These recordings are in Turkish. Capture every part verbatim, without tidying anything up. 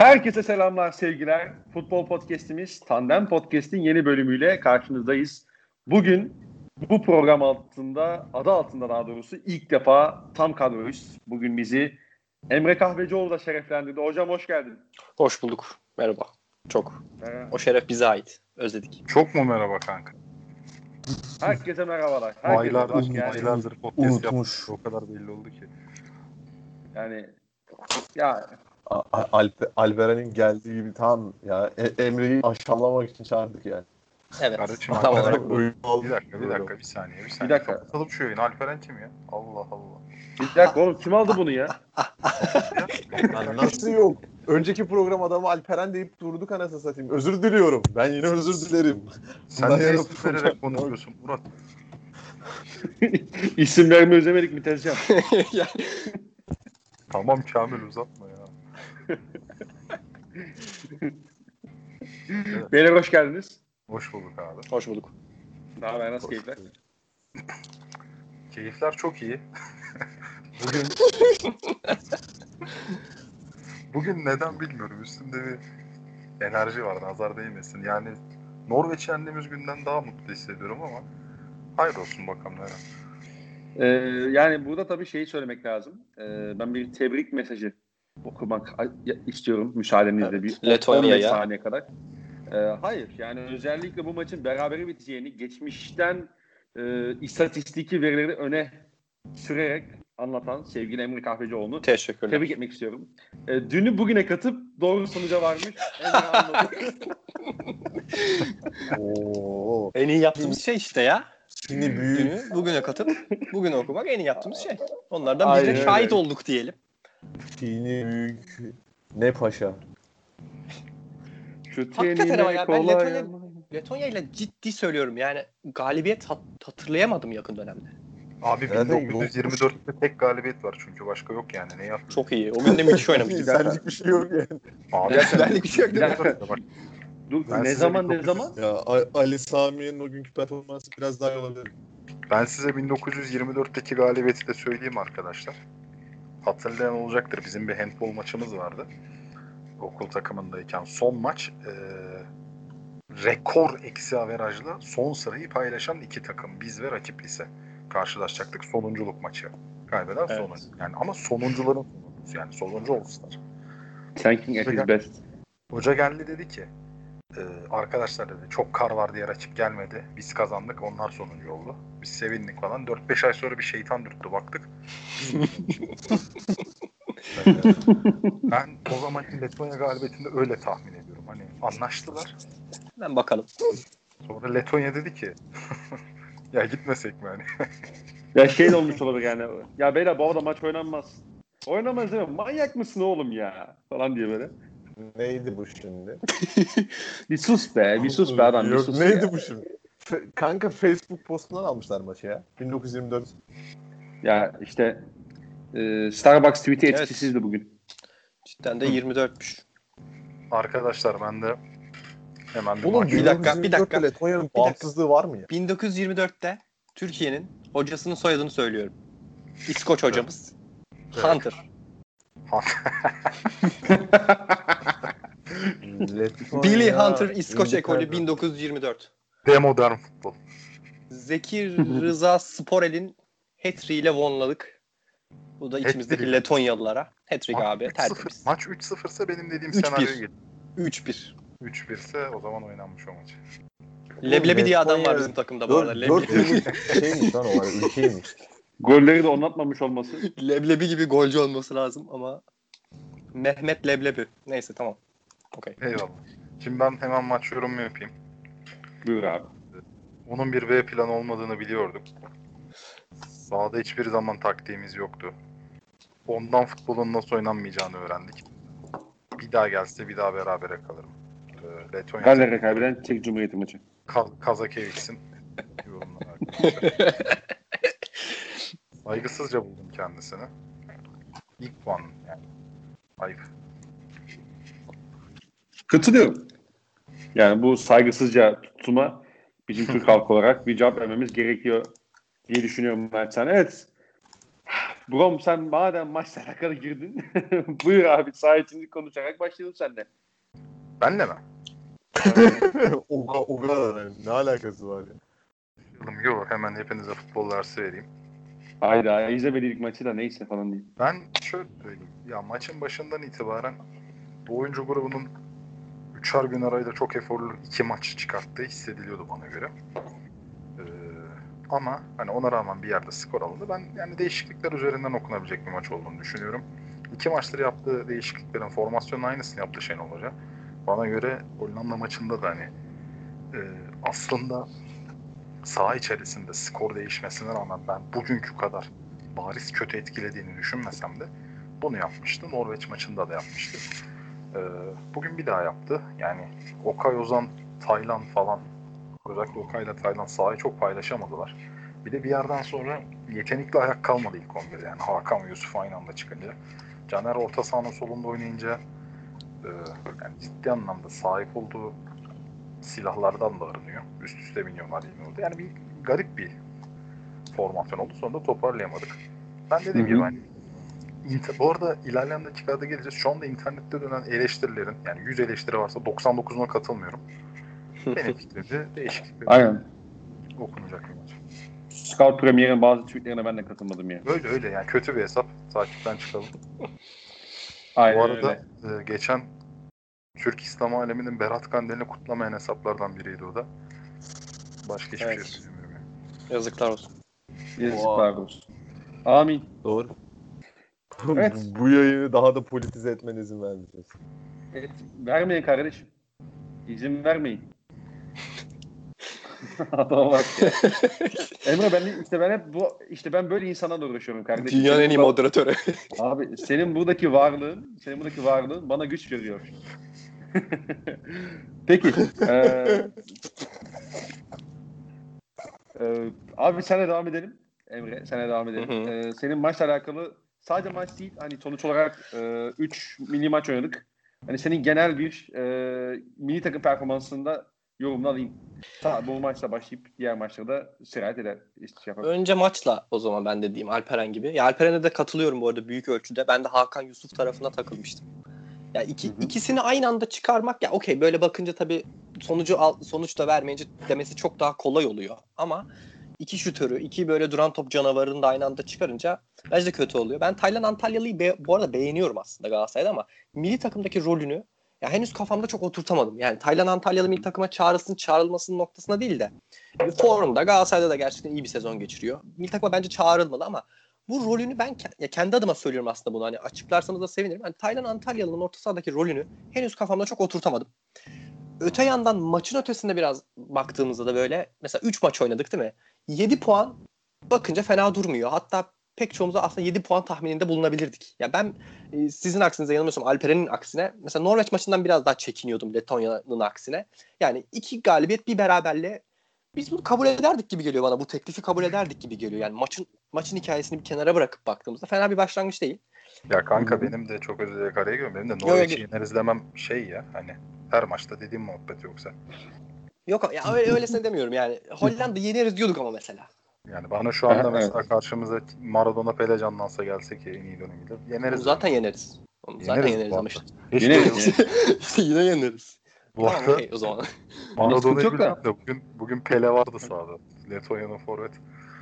Herkese selamlar, sevgiler. Futbol Podcast'imiz Tandem Podcast'in yeni bölümüyle karşınızdayız. Bugün bu program altında, adı altında daha doğrusu ilk defa tam kadroyuz. Bugün bizi Emre Kahvecioğlu da şereflendirdi. Hocam hoş geldin. Hoş bulduk. Merhaba. Çok. Merhaba. O şeref bize ait. Özledik. Çok mu merhaba kanka? Herkese merhabalar. Herkese aylardır, yani, aylardır podcast yapmış. O kadar belli oldu ki. Yani ya Alp, Alperen'in geldiği gibi tam ya e- Emre'yi aşağılamak için çağırdık yani. Evet. Kardeşim, tam Alperen, olarak bir dakika, bir dakika, bir saniye, bir saniye. Bir dakika. Kapatalım şu yayını. Alperen kim ya? Allah Allah. Bir dakika oğlum, kim aldı bunu ya? Yani nasıl yok? Önceki program adamı Alperen deyip durduk anasını satayım. Özür diliyorum. Ben yine özür dilerim. Sen Ben ne yarın isim vererek konuşuyorsun Murat? İsim vermeyi özlemedik mi Tezcan? Tamam Kamil, uzatma ya. Evet. Beyler hoş geldiniz. Hoş bulduk abi. Hoş bulduk. Ne haber, nasıl keyifler? Keyifler çok iyi. Bugün Bugün neden bilmiyorum. Üstümde bir enerji var, nazar değmesin. Yani Norveç'i yendiğimiz günden daha mutlu hissediyorum ama hayır olsun bakalım. Ee, yani burada tabii şeyi söylemek lazım. Ee, ben bir tebrik mesajı okumak istiyorum müsaadenizle, evet, bir Letonya'ya on beş saniye kadar. Ee, hayır yani özellikle bu maçın berabere biteceğini geçmişten e, istatistiki verileri öne sürerek anlatan sevgili Emre Kahvecioğlu'nu teşekkürler. Tebrik etmek istiyorum. Ee, dünü bugüne katıp doğru sonuca varmış. Emre anladı. Oo. En iyi yaptığımız şey işte ya. Şimdi büyük. Dünü bugüne katıp bugünü okumak en iyi yaptığımız şey. Onlardan Aynen biz de şahit öyle olduk diyelim. Çini büyük. Ne paşa. Şu hakikaten ama ya ben Letonya, ama. Letonya ile ciddi söylüyorum yani galibiyet hat- hatırlayamadım yakın dönemde. Abi bin dokuz yüz yirmi dörtte tek galibiyet var çünkü başka yok yani. Ne yaptın? Çok iyi. O gün de müthiş oynamıştık. Senlik bir şey yok yani. Abi senlik bir şey yok değil mi? Dur, Ben ne zaman ne zaman? Ya Ali Sami'nin o günkü performansı biraz daha iyi olabilir. Ben size bin dokuz yüz yirmi dörtteki galibiyeti de söyleyeyim arkadaşlar. Hatırlayan olacaktır. Bizim bir handball maçımız vardı. Okul takımındayken son maç e, rekor eksi averajla son sırayı paylaşan iki takım. Biz ve rakip lise karşılaşacaktık. Sonunculuk maçı. Kaybeden evet. Sonuncu. Yani ama sonuncuların sonuncusu. Yani sonuncu olsunlar. Tanking at his best. Hoca geldi dedi ki e, arkadaşlar dedi çok kar var diye rakip gelmedi. Biz kazandık. Onlar sonuncu oldu. Biz sevindik falan. dört beş ay sonra bir şeytan dürttü baktık. Ben o zamanki Letonya galibiyetinde öyle tahmin ediyorum. Hani anlaştılar. Ben bakalım. Sonra Letonya dedi ki ya gitmesek mi hani? Ya şey de olmuş olabilir yani. Ya beyler bu arada maç oynanmaz. Oynamaz değil mi? Manyak mısın oğlum ya? Falan diye böyle. Neydi bu şimdi? Bir sus be. Bir sus be adam. Bir Yok, sus neydi ya. bu şimdi? F- Kanka Facebook postundan almışlar maçı ya. bin dokuz yüz yirmi dört. Ya işte e, Starbucks tweet'i Evet. etkisizdi bugün. Cidden de yirmi dörtmüş. Arkadaşlar ben de hemen bir Oğlum maç... bir dakika, bir dakika. Letonya'nın bağımsızlığı var mı ya? bin dokuz yüz yirmi dörtte Türkiye'nin hocasının soyadını söylüyorum. İskoç hocamız. Evet. Hunter. Billy Hunter İskoç ekolü bin dokuz yüz yirmi dört. Demodern futbol. Zeki Rıza Sporel'in hat-trick ile wonladık. Bu da içimizdeki Hat-trick. Letonyalılara. Hat-trick abi üç sıfır. tertemiz. Maç üç sıfır ise benim dediğim üç bir. senaryoya gelir. üç bir. üç bir ise o zaman oynanmış o maç. Leblebi diye adam var bizim takımda bu arada. dört Leblebi. yıllık şeymiş lan o var. Ülkeymiş. Golleri de onlatmamış olması. Leblebi gibi golcü olması lazım ama Mehmet Leblebi. Neyse tamam. Okay. Eyvallah. Şimdi ben hemen maç yorumu yapayım. Buyur abi. Onun bir B planı olmadığını biliyorduk. Sahada hiçbir zaman taktiğimiz yoktu. Ondan futbolun nasıl oynanmayacağını öğrendik. Bir daha gelse bir daha berabere kalırım. Ee, Letonya Galler'e kaybeden Çek Cumhuriyeti maçı. Ka- Kazakevics'in yorumları arkadaşlar. Saygısızca buldum kendisini. İlk puan yani. Ayıp. Katılıyorum. Yani bu saygısızca tutuma bizim Türk halkı olarak bir cevap vermemiz gerekiyor diye düşünüyorum ben sana. Evet. Brom sen madem maçla alakalı girdin. Buyur abi saha içinde konuşarak başlayalım seninle. Benle mi? o, o kadar yani. Ne alakası var ya? Yok hemen hepinize futbol dersi vereyim. Hayda izlemedik maçı da neyse falan değil. Ben şöyle söyleyeyim. Ya maçın başından itibaren bu oyuncu grubunun üçer gün arayla çok eforlu iki maç çıkarttığı hissediliyordu bana göre. Ee, ama hani ona rağmen bir yerde skor alındı. Ben yani değişiklikler üzerinden okunabilecek bir maç olduğunu düşünüyorum. İki maçtır yaptığı değişikliklerin formasyonun aynısını yaptı Şenol Hoca. Bana göre Hollanda maçında da hani e, aslında saha içerisinde skor değişmesine rağmen ben bugünkü kadar bariz kötü etkilediğini düşünmesem de bunu yapmıştı. Norveç maçında da yapmıştı. Ee, bugün bir daha yaptı. Yani Okay, Ozan, Taylan falan, özellikle Okay ile Taylan sahayı çok paylaşamadılar. Bir de bir yerden sonra yetenekli ayak kalmadı ilk on birde. Yani Hakan ve Yusuf aynı anda çıkınca. Caner orta sahanın solunda oynayınca e, yani ciddi anlamda sahip olduğu silahlardan da arınıyor. Üst üste biniyorlar yine orada. Yani bir garip bir formasyon oldu. Sonra da toparlayamadık. Ben dediğim gibi hani İnter- bu arada ilerleyen dakikalarda geleceğiz. Şu anda internette dönen eleştirilerin yani yüz eleştiri varsa doksan dokuzuna katılmıyorum. Benim fikrimce değişiklikler Aynen. okunacak bir maç. Scout Premier'in bazı tweetlerine ben de katılmadım ya. Öyle öyle yani kötü bir hesap. Takipten çıkalım. Aynen Bu arada öyle. e, geçen Türk İslam aleminin Berat Kandilini kutlamayan hesaplardan biriydi o da. Başka hiçbir Evet. şey söylemiyorum yani. Yazıklar olsun. Yazıklar olsun. Amin. Doğru. Evet. bu, bu yayını daha da politize etmene izin vermeyeceğiz. Evet. Vermeyin kardeşim. İzin vermeyin. Adama bak ya. Emre ben işte ben hep bu işte ben böyle insanlarla uğraşıyorum kardeşim. Dünyanın Senin en iyi burada- moderatörü. Abi senin buradaki varlığın, senin buradaki varlığın bana güç veriyor. Peki. Eee Ee, abi sana devam edelim. Emre sana devam edelim. Hı hı. Ee, senin maçla alakalı sadece maç değil hani sonuç olarak üç e, milli maç oynadık. Hani senin genel bir e, milli takım performansında yorumunu alayım. Ta, bu maçla başlayıp diğer maçlara da sirayet eder. İşte şey yapalım. Önce maçla o zaman ben de diyeyim Alperen gibi. Ya Alperen'e de katılıyorum bu arada büyük ölçüde. Ben de Hakan Yusuf tarafına takılmıştım. Ya iki, Hı hı. ikisini aynı anda çıkarmak ya okey böyle bakınca tabii sonucu al, sonuç da vermeyince demesi çok daha kolay oluyor. Ama iki şutörü, iki böyle duran top canavarını da aynı anda çıkarınca bence de kötü oluyor. Ben Taylan Antalyalı'yı be, bu arada beğeniyorum aslında Galatasaray'da ama milli takımdaki rolünü ya henüz kafamda çok oturtamadım. Yani Taylan Antalyalı milli takıma çağrılsın çağrılmasının noktasına değil de formda Galatasaray'da da gerçekten iyi bir sezon geçiriyor. Milli takıma bence çağrılmalı ama bu rolünü ben ya kendi adıma söylüyorum aslında bunu. Hani açıklarsanız da sevinirim. Hani Taylan Antalyalı'nın orta sahadaki rolünü henüz kafamda çok oturtamadım. Öte yandan maçın ötesinde biraz baktığımızda da böyle mesela üç maç oynadık değil mi? yedi puan bakınca fena durmuyor. Hatta pek çoğumuz aslında yedi puan tahmininde bulunabilirdik. Ya ben e, sizin aksinize yanılmıyorsam Alperen'in aksine mesela Norveç maçından biraz daha çekiniyordum Letonya'nın aksine. Yani iki galibiyet bir beraberle biz bunu kabul ederdik gibi geliyor bana. Bu teklifi kabul ederdik gibi geliyor. Yani maçın maçın hikayesini bir kenara bırakıp baktığımızda fena bir başlangıç değil. Ya kanka Hı hı. benim de çok özür dilerim araya giriyorum. Benim de Yo, yo, Norveç'i gir. yeneriz demem şey ya hani her maçta dediğim muhabbet yoksa. Yok ya öyle öylesine demiyorum yani. Hollanda yeneriz diyorduk ama mesela. Yani bana şu anda Aha, mesela evet. karşımıza Maradona Pele canlansa gelse ki en iyi döneminde yeneriz. Onu zaten yani. yeneriz. Onu zaten Yeneriz yeneriz bu ama hafta. işte. Hiç Yeneriz, böyle yeneriz. İşte yine yeneriz. bu Tamam arada okey o zaman. Bunda sıkıntı Maradona'yı yok bildik da. de bugün, bugün Pele vardı sahada. Letonya'nın forvet.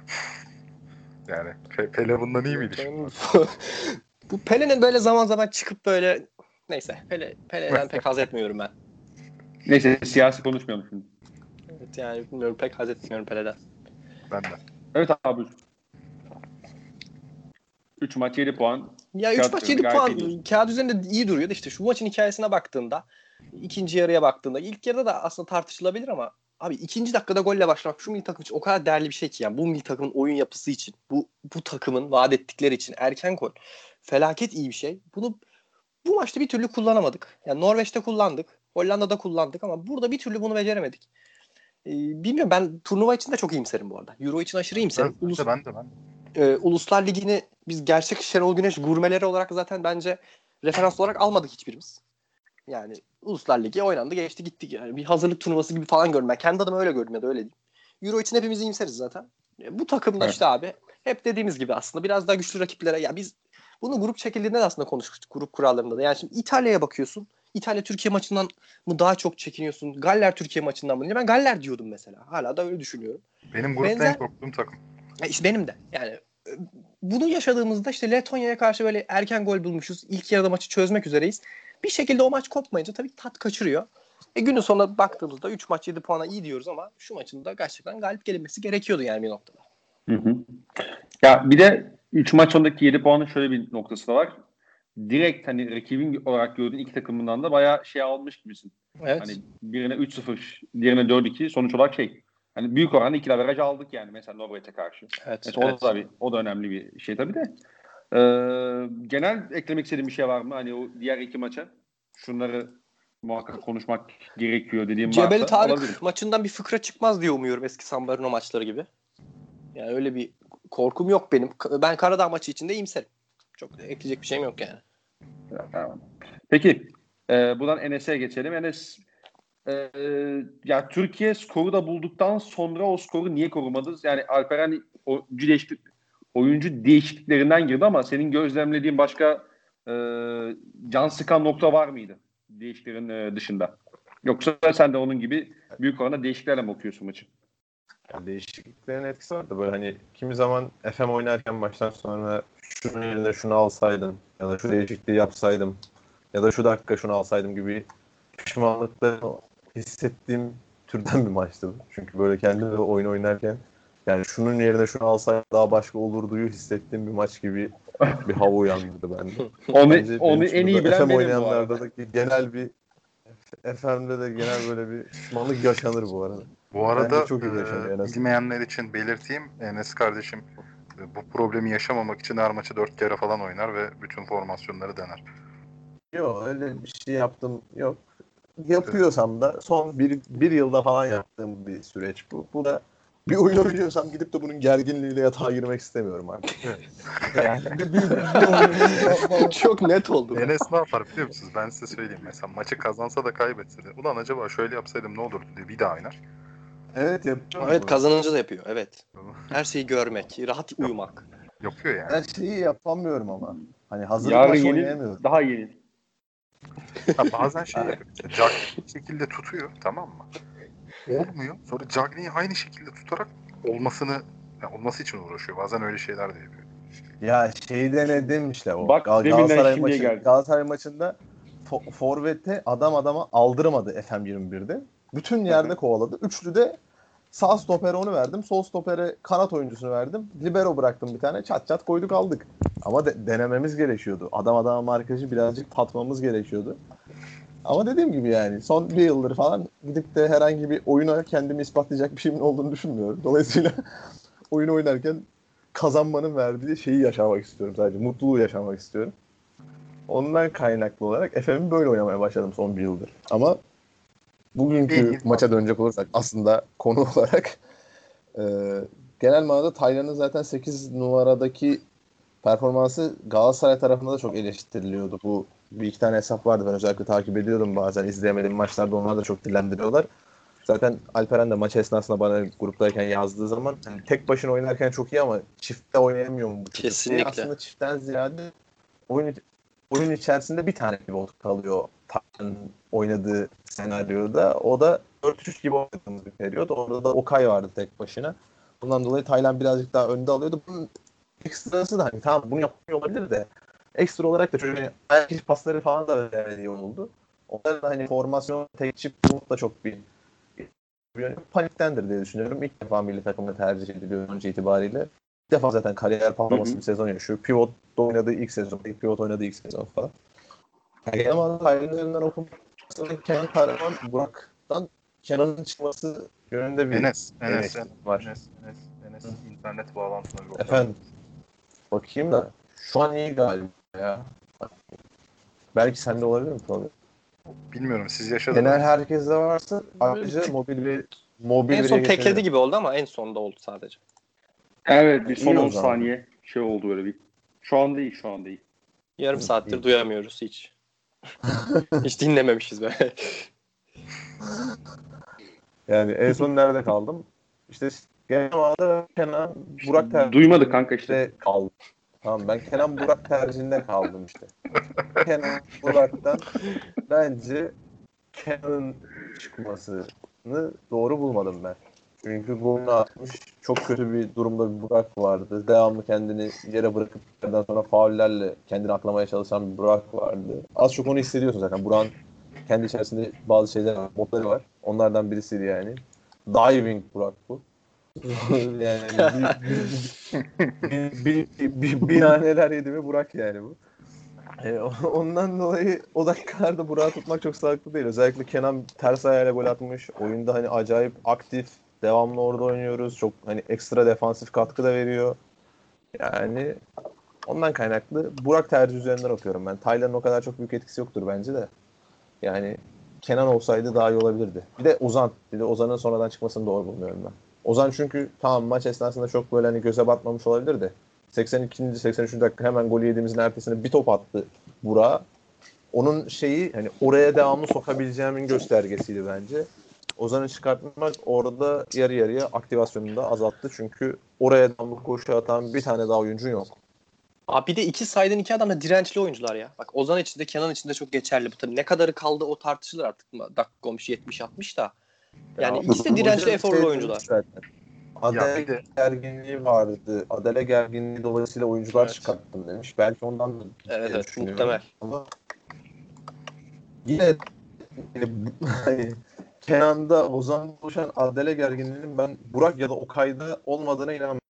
Yani Pe- Pele bundan iyi miydi şimdi? Bu Pele'nin böyle zaman zaman çıkıp böyle neyse Pele, Pele'den pek haz etmiyorum ben. Neyse siyasi konuşmayalım şimdi. Evet yani bilmiyorum pek haz etmiyorum Pele'den. Ben de. Evet abi. üç maç yedi puan. Ya üç Kağıt maç üzerinde yedi gayet iyi puan diyorsun. kağıt üzerinde iyi duruyor da işte şu maçın hikayesine baktığında ikinci yarıya baktığında ilk yarıda da aslında tartışılabilir ama abi ikinci dakikada golle başlamak şu milli takım için o kadar değerli bir şey ki yani bu milli takımın oyun yapısı için bu bu takımın vaat ettikleri için erken gol felaket iyi bir şey. Bunu bu maçta bir türlü kullanamadık. Yani Norveç'te kullandık, Hollanda'da kullandık ama burada bir türlü bunu beceremedik. Ee, bilmiyorum ben turnuva için de çok iyimserim bu arada. Euro için aşırı iyimserim. Ben Ulus, de ben de ben de. e, Uluslar Ligi'ni biz gerçek Şenol Güneş gurmeleri olarak zaten bence referans olarak almadık hiçbirimiz. Yani Uluslar Ligi oynandı geçti gittik yani. Bir hazırlık turnuvası gibi falan gördüm. Ben kendi adıma öyle gördüm ya da öyle diyeyim. Euro için hepimiz iyimseriz zaten. E, bu takımda Evet. işte abi hep dediğimiz gibi aslında biraz daha güçlü rakiplere ya biz bunu grup çekildiğinde de aslında konuşmuştuk grup kurallarında da. Yani şimdi İtalya'ya bakıyorsun. İtalya Türkiye maçından mı daha çok çekiniyorsun? Galler Türkiye maçından mı? Ben Galler diyordum mesela. Hala da öyle düşünüyorum. Benim grupta Benzer... en korktuğum takım. Ya işte benim de. Yani bunu yaşadığımızda işte Letonya'ya karşı böyle erken gol bulmuşuz. İlk yarıda maçı çözmek üzereyiz. Bir şekilde o maç kopmayınca tabii tat kaçırıyor. E günün sonuna baktığımızda üç maç yedi puana iyi diyoruz ama şu maçın da gerçekten galip gelinmesi gerekiyordu yani bir noktada. Hı hı. Ya bir de üç maç sonundaki yedi puanın şöyle bir noktası da var. Direkt hani rakibin olarak gördüğün iki takımından da bayağı şey almış gibisin. Evet. Hani birine üç sıfır, diğerine dört iki sonuç olarak şey. Hani büyük oranda ikili averaj aldık yani mesela Norveç'e karşı. Evet. Mesela evet. o da bir, o da önemli bir şey tabii de. Ee, genel eklemek istediğim bir şey var mı? Hani o diğer iki maça şunları muhakkak konuşmak gerekiyor dediğim Cebeli varsa Tarık alabilirim. maçından bir fıkra çıkmaz diye umuyorum eski San Marino maçları gibi. Yani öyle bir korkum yok benim. Ben Karadağ maçı için de iyimserim. Çok ekleyecek bir şeyim yok yani. Peki e, buradan Enes'e geçelim. Enes e, ya Türkiye skoru da bulduktan sonra o skoru niye korumadı? Yani Alperen oyuncu, değişiklik, oyuncu değişikliklerinden girdi ama senin gözlemlediğin başka e, can sıkan nokta var mıydı değişikliklerin e, dışında? Yoksa sen de onun gibi büyük oranda değişikliklerle mi okuyorsun maçı? Yani değişikliklerin etkisi var da böyle hani kimi zaman F M oynarken maçtan sonra şunun yerine şunu alsaydım ya da şu değişikliği yapsaydım ya da şu dakika şunu alsaydım gibi pişmanlıkları hissettiğim türden bir maçtı bu. Çünkü böyle kendimle oyun oynarken yani şunun yerine şunu alsaydım daha başka olurduyu hissettiğim bir maç gibi bir hava uyandırdı bende. Onu, Bence onu en iyi bilen F M benim bu oynayanlarda arada. da genel bir F M'de de genel böyle bir pişmanlık yaşanır bu arada. Bu arada Bence çok iyi yaşanıyor en e, azından. bilmeyenler için belirteyim. Enes kardeşim e, bu problemi yaşamamak için her maçı dört kere falan oynar ve bütün formasyonları dener. Yok öyle bir şey yaptım yok. Yapıyorsam da son bir, bir yılda falan yaptığım bir süreç bu. Bu da bir oyun oynuyorsam gidip de bunun gerginliğiyle yatağa girmek istemiyorum artık. Yani bir, bir, bir oyun Çok net oldu. Enes ne yapar biliyor musunuz? Ben size söyleyeyim. Mesela maçı kazansa da kaybetse de ulan acaba şöyle yapsaydım ne olurdu diye bir daha oynar. Evet yapıyorum Evet bunu. kazanınca da yapıyor. Evet. Her şeyi görmek, rahat uyumak. Yapıyor yani. Her şeyi yapamıyorum ama. Hani hazırlık Yarın maçı yenil, oynayamıyorum. daha yenil. Ha, bazen şey yapıyor. Mesela Cagney bir şekilde tutuyor, tamam mı? Olmuyor. Sonra Cagney'i aynı şekilde tutarak olmasını yani olması için uğraşıyor. Bazen öyle şeyler de yapıyor. Ya şeyi denedim işte o. Bak, Gal- deminden Galatasaray şimdiye maçı geldi. Galatasaray maçında fo- forvete adam adama aldırmadı F M yirmi birde. Bütün yerde kovaladı. Üçlü de sağ stopere onu verdim. Sol stopere kanat oyuncusunu verdim. Libero bıraktım bir tane. Çat çat koyduk aldık. Ama de- denememiz gerekiyordu. Adam adama markajı birazcık tatmamız gerekiyordu. Ama dediğim gibi yani son bir yıldır falan gidip de herhangi bir oyuna kendimi ispatlayacak bir şeyimin olduğunu düşünmüyorum. Dolayısıyla oyun oynarken kazanmanın verdiği şeyi yaşamak istiyorum sadece. Mutluluğu yaşamak istiyorum. Ondan kaynaklı olarak F M'i böyle oynamaya başladım son bir yıldır. Ama En bugünkü iyi maça dönecek olursak aslında konu olarak e, genel manada Taylan'ın zaten sekiz numaradaki performansı Galatasaray tarafında da çok eleştiriliyordu. Bu bir iki tane hesap vardı. Ben özellikle takip ediyordum bazen. İzleyemediğim maçlarda onlar da çok dillendiriyorlar. Zaten Alperen de maç esnasında bana gruptayken yazdığı zaman hani tek başına oynarken çok iyi ama çiftte oynayamıyor mu bu çocuk? Kesinlikle. Aslında çiftten ziyade oyun, oyun içerisinde bir tane pivot kalıyor Taylan'ın oynadığı senaryoda. O da dört üç gibi oynadığımız bir periyot. Orada da Okay vardı tek başına. Bundan dolayı Taylan birazcık daha önde alıyordu. Bunun ekstrası da hani tamam bunu yapmıyor olabilir de ekstra olarak da çocuğun ayak içi pasları falan da verdiği oldu. Onların da hani formasyon tek çift pivot da çok bir paniktendir diye düşünüyorum. İlk defa milli takımda tercih ediliyor önce itibariyle. İlk defa zaten kariyer patlaması bir sezon yaşıyor. Pivot oynadığı ilk sezon, ilk pivot oynadığı ilk sezon falan. Yani genel anlamda ayrılığından okumak Kenan Kahraman Burak'tan Kenan'ın çıkması yönünde bir Enes, Enes, eleştiri var. Enes, Enes, Enes, internet bağlantına bir bakar. Efendim, bakayım da şu an iyi galiba ya. Belki sende olabilir mi problem? Bilmiyorum siz yaşadınız. Genel herkeste varsa ayrıca mobil bir mobil En veriye son tekledi geçebilirim. gibi oldu ama en sonda oldu sadece. Evet, bir son İyi o on zaman. saniye şey oldu böyle bir. Şu an değil, şu an değil. Yarım İyi, saattir iyi. duyamıyoruz hiç. Hiç dinlememişiz be. Yani en son nerede kaldım? İşte Genel olarak Kenan Burak tercihinde Duymadı kanka işte. kaldım. Tamam ben Kenan Burak tercihinde kaldım işte. Kenan Burak'tan bence Kenan'ın çıkmasını doğru bulmadım ben. Çünkü golünü atmış. Çok kötü bir durumda bir Burak vardı. Devamlı kendini yere bırakıp ondan sonra faullerle kendini aklamaya çalışan bir Burak vardı. Az çok onu hissediyorsun zaten. Burak'ın kendi içerisinde bazı şeyler var, modları var. Onlardan birisiydi yani. Diving Burak bu. yani bir, bir, bir, bir, bir haneler yedi mi Burak yani bu. E, ondan dolayı o dakikalarda Burak'ı tutmak çok sağlıklı değil. Özellikle Kenan ters ayağıyla gol atmış. Oyunda hani acayip aktif. Devamlı orada oynuyoruz. Çok hani ekstra defansif katkı da veriyor. Yani ondan kaynaklı Burak tercih üzerinden okuyorum ben. Taylan'ın o kadar çok büyük etkisi yoktur bence de. Yani Kenan olsaydı daha iyi olabilirdi. Bir de Ozan. Bir de Ozan'ın sonradan çıkmasını doğru bulmuyorum ben. Ozan çünkü tamam maç esnasında çok böyle hani göze batmamış olabilir de seksen ikinci seksen üçüncü dakika hemen golü yediğimizin ertesine bir top attı Burak'a. Onun şeyi hani oraya devamlı sokabileceğimin göstergesiydi bence. Ozan'ı çıkartmak orada yarı yarıya aktivasyonunu da azalttı. Çünkü oraya devamlı koşu atan bir tane daha oyuncun yok. Abi bir de iki saydığın iki adam da dirençli oyuncular ya. Bak Ozan için de Kenan için de çok geçerli bu tabii. Ne kadarı kaldı o tartışılır artık. Dakika olmuş yetmiş altmış da. Yani Ya, ikisi de dirençli Hoca eforlu şey oyuncular. zaten. Ya Adele bir de gerginliği vardı. Adele gerginliği dolayısıyla oyuncular Evet. çıkarttım demiş. Belki ondan da Evet diye evet düşünüyorum. muhtemel. Ama yine yani, bu- hani Kenan'da Ozan'da oluşan Adele gerginliğinin ben Burak ya da Okay'da olmadığına inanmıyorum.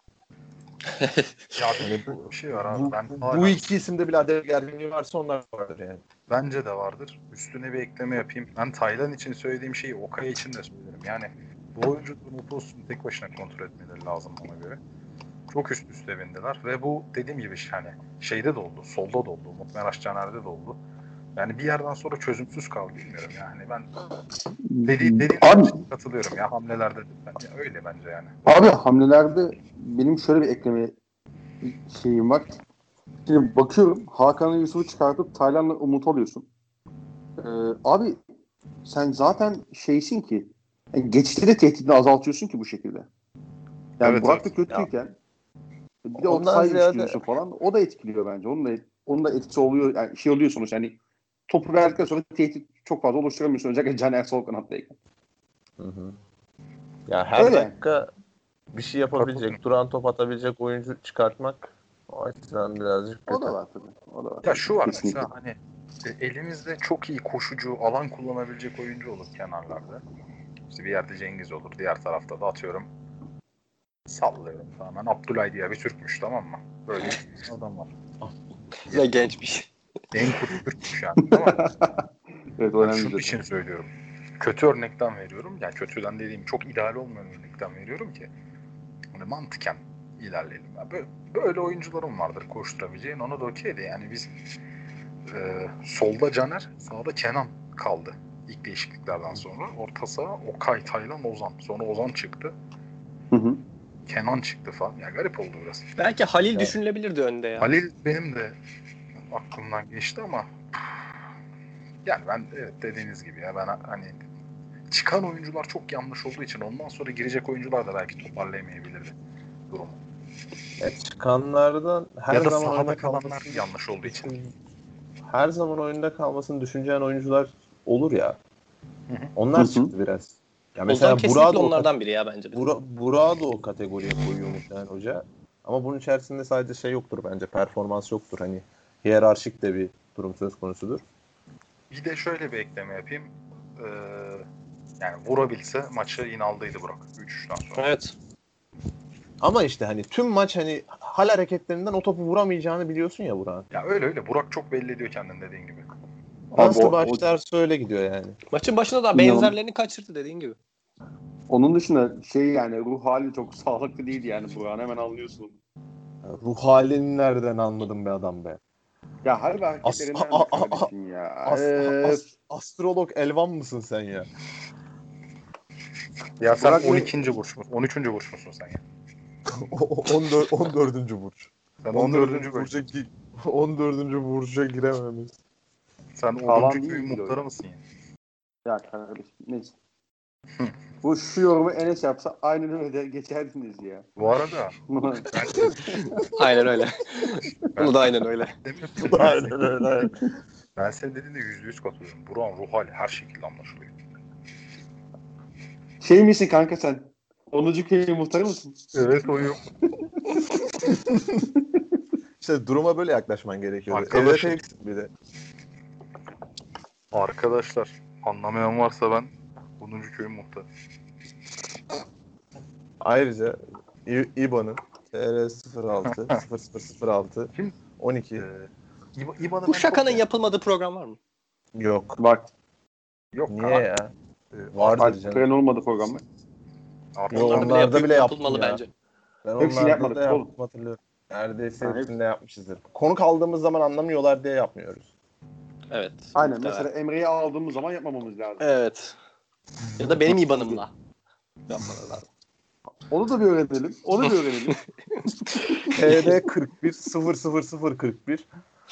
ya bir, Yani bir şey var abi. bu, Ben bu, bu hala iki isimde bile Adele gerginliği varsa onlar vardır yani. bence de vardır. Üstüne bir ekleme yapayım. Ben Taylan için söylediğim şeyi Okay için de söylerim. Yani bu oyuncuların o pozisyonu tek başına kontrol etmeleri lazım bana göre. Çok üst üste bindiler ve bu dediğim gibi hani şeyde de oldu, solda da oldu, Umut Meraş Caner'de de oldu. Yani bir yerden sonra çözümsüz kaldı bilmiyorum yani ben dedi dediğine Abi, katılıyorum ya hamlelerde de bence öyle bence yani. abi hamlelerde benim şöyle bir ekleme şeyim var. Şimdi bakıyorum Hakan'ı Yusuf'u çıkartıp Taylan'la Umut alıyorsun. Ee, abi sen zaten şeysin ki yani geçişleri tehdidini azaltıyorsun ki bu şekilde. Yani Evet Burak da evet. kötüyken bir de Ondan offside ziyade istiyorsun falan. O da etkiliyor bence. Onun da onun da etkisi oluyor. Yani şey oluyor sonuç. Yani topu verdikten sonra tehdit çok fazla oluşturamıyorsun. Özellikle Caner sol kanattayken. hı hı. Ya her Öyle yani. dakika bir şey Katılıyorum. yapabilecek, duran top atabilecek oyuncu çıkartmak o açıdan birazcık O kötü. da var tabii. O da var. Ya Tabii. şu var Kesinlikle. mesela hani e, elimizde çok iyi koşucu, alan kullanabilecek oyuncu olur kenarlarda. İşte bir yerde Cengiz olur, diğer tarafta da atıyorum sallıyorum tamamen Abdülay diye bir Türkmüş tamam mı? Böyle iki adam var. Ne gençmiş. Enkut Türkmüş yani tamam mı? Evet Yani önemli şunun bir için detay. söylüyorum. Kötü örnekten veriyorum. Yani kötüden dediğim çok ideal olmayan örnekten veriyorum ki hani mantıken ilerleyelim. Yani böyle, böyle oyuncularım vardır koşturabileceğin. Ona da okey de yani biz e, solda Caner, sağda Kenan kaldı. İlk değişikliklerden sonra. Orta saha Okay, Taylan, Ozan. Sonra Ozan çıktı. Hı hı. Kenan çıktı falan. Ya garip oldu biraz. Belki Halil Ya. düşünülebilirdi önde ya. Halil benim de aklımdan geçti ama yani ben evet dediğiniz gibi ya ben hani çıkan oyuncular çok yanlış olduğu için ondan sonra girecek oyuncular da belki toparlayamayabilirdi durumu. Ya çıkanlardan her Ya da zaman sahada oyunda kalanlar kalmasını yanlış olduğu için. düşün, her zaman oyunda kalmasını düşüneceğin oyuncular olur ya. Hı hı. Hı Onlar hı. çıktı biraz. Ya Ozan mesela Burak'ı kesinlikle da o kat onlardan biri ya bence de. Bura, Burak'ı da o kategoriye koyuyor muhtemelen hoca. Ama bunun içerisinde sadece şey yoktur bence. Performans yoktur. Hani hiyerarşik de bir durum söz konusudur. Bir de şöyle bir ekleme yapayım. Ee, yani vurabilse maçı yine aldıydı Burak üç üçten sonra. Evet. Ama işte hani tüm maç hani hal hareketlerinden o topu vuramayacağını biliyorsun ya Burak'ın. Ya öyle öyle. Burak çok belli ediyor kendini dediğin gibi. Abi Nasıl o, o başlarsa öyle gidiyor yani. Maçın başında da inanın benzerlerini kaçırdı dediğin gibi. onun dışında şey yani ruh hali çok sağlıklı değil yani Burak'ın hemen anlıyorsun. Ruh halini nereden anladın be adam be? Ya harbi As, a, hareketlerinden a, mi a, a, kardeşim ya? as, Ee, as, astrolog Elvan mısın sen ya? Ya sen Burak on ne? ikinci burç musun? on üçüncü burç musun sen ya? on dört on dördüncü burç. Sen on on dördüncü dördüncü burca bölge. gi- on dördüncü burca girememiz. Sen Sağlam oduncu değil köyün mi kilo muhtarı ya? mısın ya? Ya kardeşim neyse. Bu şu yorumu Enes yapsa aynen öyle de geçerdiniz ya. Bu arada ben, Aynen öyle. Bunu da aynen öyle. demiyorum, Bu da aynen öyle. ben senin dediğine yüzde yüz katılıyorum. Buran ruh hali her şekilde anlaşılıyor. Şey misin kanka sen? onuncu köyün muhtarı mısın? Evet oyum. İşte duruma böyle yaklaşman gerekiyor. Arkadaşım. Evet eksik bir de. Arkadaşlar anlamayan varsa ben onuncu köyün muhtarı. Ayrıca İ- İBAN'ın T R sıfır altı sıfır sıfır sıfır altı Kim? on iki Ee, İba, İBAN'ı Bu ben şakanın çok- yapılmadığı program var mı? yok. Bak. Yok Niye kanka. ya? Ee, Vardır Alperen canım. olmadı programı. Artık Yok, Onlarda onlarda yapıyor, bile yaptım yapılmalı ya. bence. Ben Hepsini onlarda yapmadık da oğlum. yaptım hatırlıyorum. Neredeyse Ha, hepsini de yapmışızdır. Konuk aldığımız zaman anlamıyorlar diye yapmıyoruz. Evet. Aynen. muhtemelen. Mesela Emre'yi aldığımız zaman yapmamamız lazım. Evet. Ya da benim İBAN'ımla. Yapmaları lazım. Onu da bir öğrenelim. Onu bir öğrenelim. T R kırk bir sıfır sıfır sıfır kırk bir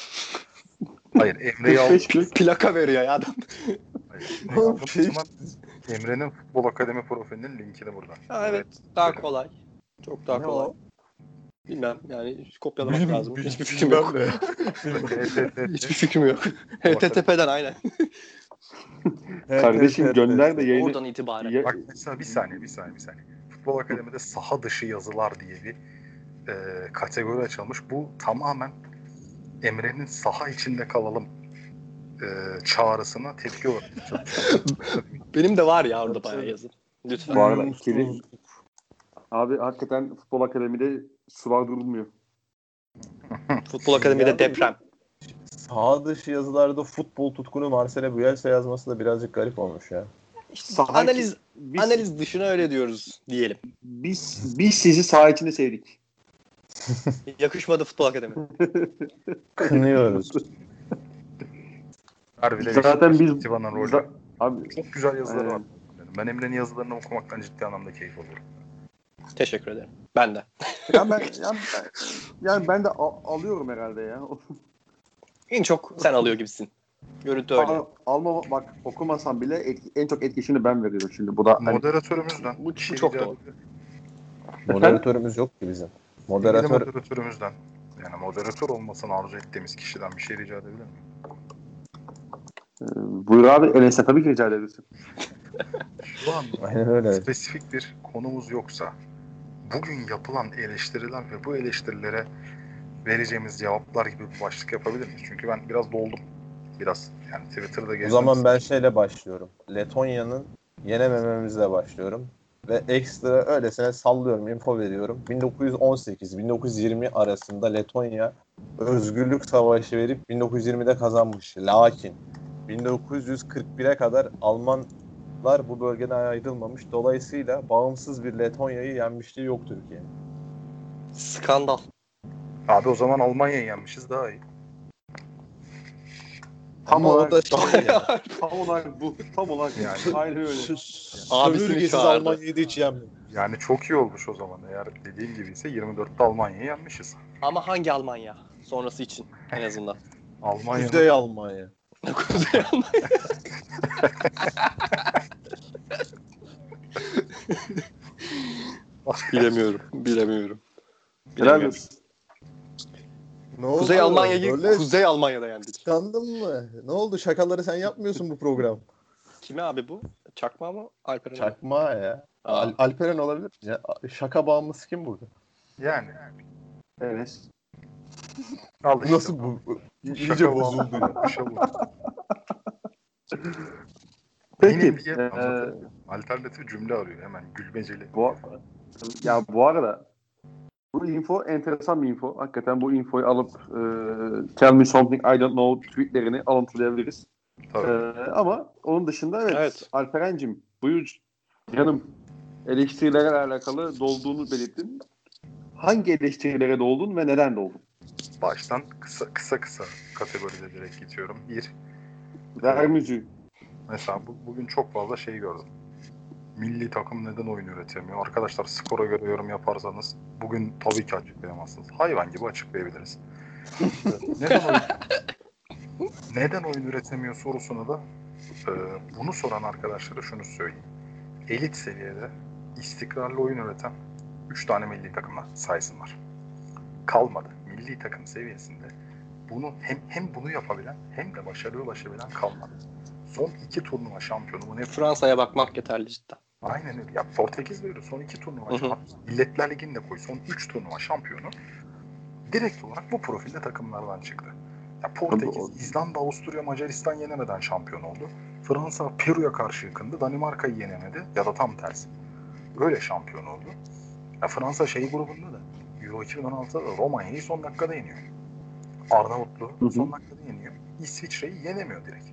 hayır Emre'yi kırk aldım. beş gün. Plaka veriyor ya adam. Hayır, Emre'yi Oğlum, aldığım şey- zaman Emre'nin Futbol Akademi profilinin linkini burada. Ha, evet. Daha kolay. Çok daha Ne kolay. o? Bilmem yani kopyalamak Bilmem- lazım. bil- Hiçbir fikrim bilmem yok. ne. Hiçbir fikrim yok. H T T P'den aynen. Kardeşim Evet, gönder evet, de evet. yayını. Oradan itibaren. Ya- Bak mesela bir saniye bir saniye bir saniye. Futbol Akademi'de saha dışı yazılar diye bir e, kategori açılmış. Bu tamamen Emre'nin saha içinde kalalım e, çağrısına tepki olarak çalışıyor. Benim de var ya orada bayağı yazın. Lütfen. Bu arada ikili. Abi hakikaten Futbol Akademi'de sular durulmuyor. Futbol Akademi'de Ya, deprem. Sağ dışı yazılarda futbol tutkunu Marcelo Bielsa yazması da birazcık garip olmuş ya. İşte Saha analiz içi- biz, analiz dışına öyle diyoruz diyelim. Biz, biz sizi saha içinde sevdik. Yakışmadı Futbol Akademi. Kınıyoruz. Harbiden Zaten biz Tivan'ın rolü. za- abi Çok güzel yazıları Aynen. var. Ben Emre'nin yazılarını okumaktan ciddi anlamda keyif alıyorum. Teşekkür ederim. Ben de. ya ben, ya ben yani ben de al- alıyorum herhalde ya. En çok sen alıyor gibisin. Görüntü öyle. Al, alma bak okumasam bile etki- en çok etkisini ben veriyorum şimdi. Bu da hani, Moderatörümüzden. Bu- bu bir şey çok rica doğru. edebilir miyim? Moderatörümüz yok ki bizim. Moderatör... Moderatör Moderatörümüzden. Yani moderatör olmasını arzu ettiğimiz kişiden bir şey rica edebilir miyim? e, buyur abi Enes'e tabii ki rica ederiz. Şu an aynen öyle. spesifik bir konumuz yoksa bugün yapılan eleştiriler ve bu eleştirilere vereceğimiz cevaplar gibi bir başlık yapabilir miyiz? Çünkü ben biraz doldum. Biraz yani Twitter'da O gezdim. zaman ben şeyle başlıyorum. Letonya'nın yenemememizle başlıyorum. Ve ekstra öylesine sallıyorum, info veriyorum. bin dokuz yüz on sekiz bin dokuz yüz yirmi arasında Letonya özgürlük savaşı verip bin dokuz yüz yirmide kazanmış. Lakin bin dokuz yüz kırk bire kadar Almanlar bu bölgeden ayrılmamış. Dolayısıyla bağımsız bir Letonya'yı yenmişliği yok Türkiye'nin. Skandal. Abi o zaman Almanya'yı yenmişiz daha iyi. Tam Ama o olarak, da şey ya. tam olarak bu. Tam olarak yani. Aynen öyle. Abisini Sömürgesiz çağırdı. Almanya'yı da hiç yenmiyor. Yani çok iyi olmuş o zaman. Eğer dediğim gibi ise yirmi dörtte Almanya'yı yenmişiz. Ama hangi Almanya? Sonrası için en azından. Almanya'nın Kuzey Almanya. Kuzey Almanya. Bilemiyorum. Bilemiyorum. Helal Bilemiyorum. olsun. Ne oldu? Kuzey Almanya'yı Böyle Kuzey Almanya'da yendik. tıkandın mı? Ne oldu? Şakaları sen yapmıyorsun bu program. Kime abi bu? Çakma mı? Alperen mi? Çakma ya. Aa. Al- Alperen olabilir. Ya, şaka bağımlısı kim burada? yani Enes. al işte. Nasıl bu? bu- İyice Şaka bozuldu ya. yapmış bu. Peki. Yine bir yer- e, Alternatif cümle arıyor hemen gülmeceli. bu, ya bu arada bu info enteresan bir info. Hakikaten bu infoyu alıp e, tell me something I don't know tweetlerini alıntılayabiliriz. Tabii. E, ama onun dışında evet, Evet. Alperen'cim buyur canım eleştirilerle alakalı dolduğunu belirttin. Hangi eleştirilere doldun ve neden doldun? Baştan kısa kısa kısa kategoride direkt geçiyorum. Bir, Ver müziği. mesela bu, bugün çok fazla şey gördüm. Milli takım neden oyun üretemiyor? Arkadaşlar skora göre yorum yaparsanız bugün tabii ki açıklayamazsınız. Hayvan gibi açıklayabiliriz. neden oyun, neden oyun üretemiyor sorusuna da e, bunu soran arkadaşlara şunu söyleyeyim. elit seviyede istikrarlı oyun üreten üç tane milli takımlar saysınlar. Kalmadı. Milli takım seviyesinde bunu hem hem bunu yapabilen hem de başarılı ulaşabilen kalmadı. Son iki turnuva şampiyonu bu ne? Fransa'ya bakmak yeterli cidden. Aynen öyle. Ya Portekiz böyle son iki turnuva Hı hı. şampiyonu. Milletler Ligi'nde koy son üç turnuva şampiyonu direkt olarak bu profilde takımlardan çıktı. Ya Portekiz, İzlanda, Avusturya, Macaristan yenemeden şampiyon oldu. Fransa Peru'ya karşı yıkındı. Danimarka'yı yenemedi ya da tam tersi. Öyle şampiyon oldu. Ya Fransa şey grubunda da Euro iki bin on altıda da Romanya'yı son dakikada yeniyor. Arnavutlu Hı hı. son dakikada yeniyor. İsviçre'yi yenemiyor direkt.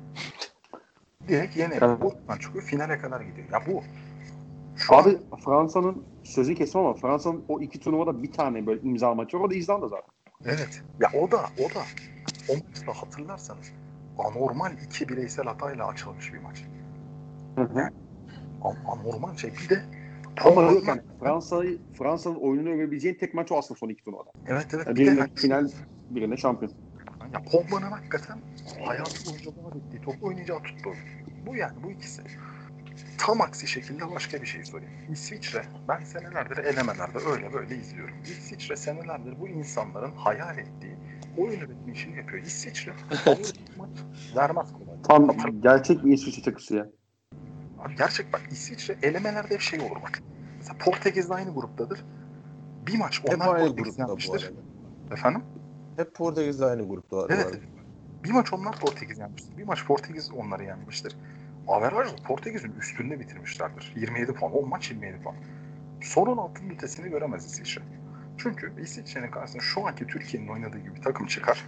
Direkt yenemiyor. Evet. Buradan çıkıyor finale kadar gidiyor. Ya bu şu Abi an, Fransa'nın sözü kesmem ama Fransa'nın o iki turnuvada bir tane böyle imza maçı var. O da İzlanda zaten. evet. Ya o da o da o maçta hatırlarsanız anormal iki bireysel hatayla açılmış bir maç. Hı hı. Yani an- anormal şey. Bir de Ama Pogba- yok yani Fransa'yı Fransa'nın oyununu övebileceğin tek maç o aslında son iki turnuvada. Evet evet. Yani Bir de birinde hani şu- final, birinde şampiyon. ya Pogba'nın hakikaten hayatı boyunca vaat ettiği top oynayacağı tuttu. Bu yani bu ikisi. Tam aksi şekilde başka bir şey sorayım. İsviçre, ben senelerdir elemelerde öyle böyle izliyorum. İsviçre senelerdir bu insanların hayal ettiği oyun üretme işini yapıyor. İsviçre favori maç vermez kolay. Tam Hatırla- gerçek bir İsviçre çakısı ya. Abi gerçek bak İsviçre elemelerde hep şey olur bak. Mesela Portekiz'de aynı gruptadır. Bir maç Hep onlar aynı Portekiz grupta bu yenmiştir. arada. Efendim? Hep Portekiz'de aynı grupta var bu Evet. arada. Bir maç onlar Portekiz yenmiştir. Bir maç Portekiz onları yenmiştir. Averajla Portekiz'in üstünde bitirmişlerdir. yirmi yedi puan. on maç yirmi yedi puan. Sorun altının ötesini göremez İsviçre. Çünkü İsviçre'nin karşısında şu anki Türkiye'nin oynadığı gibi bir takım çıkar.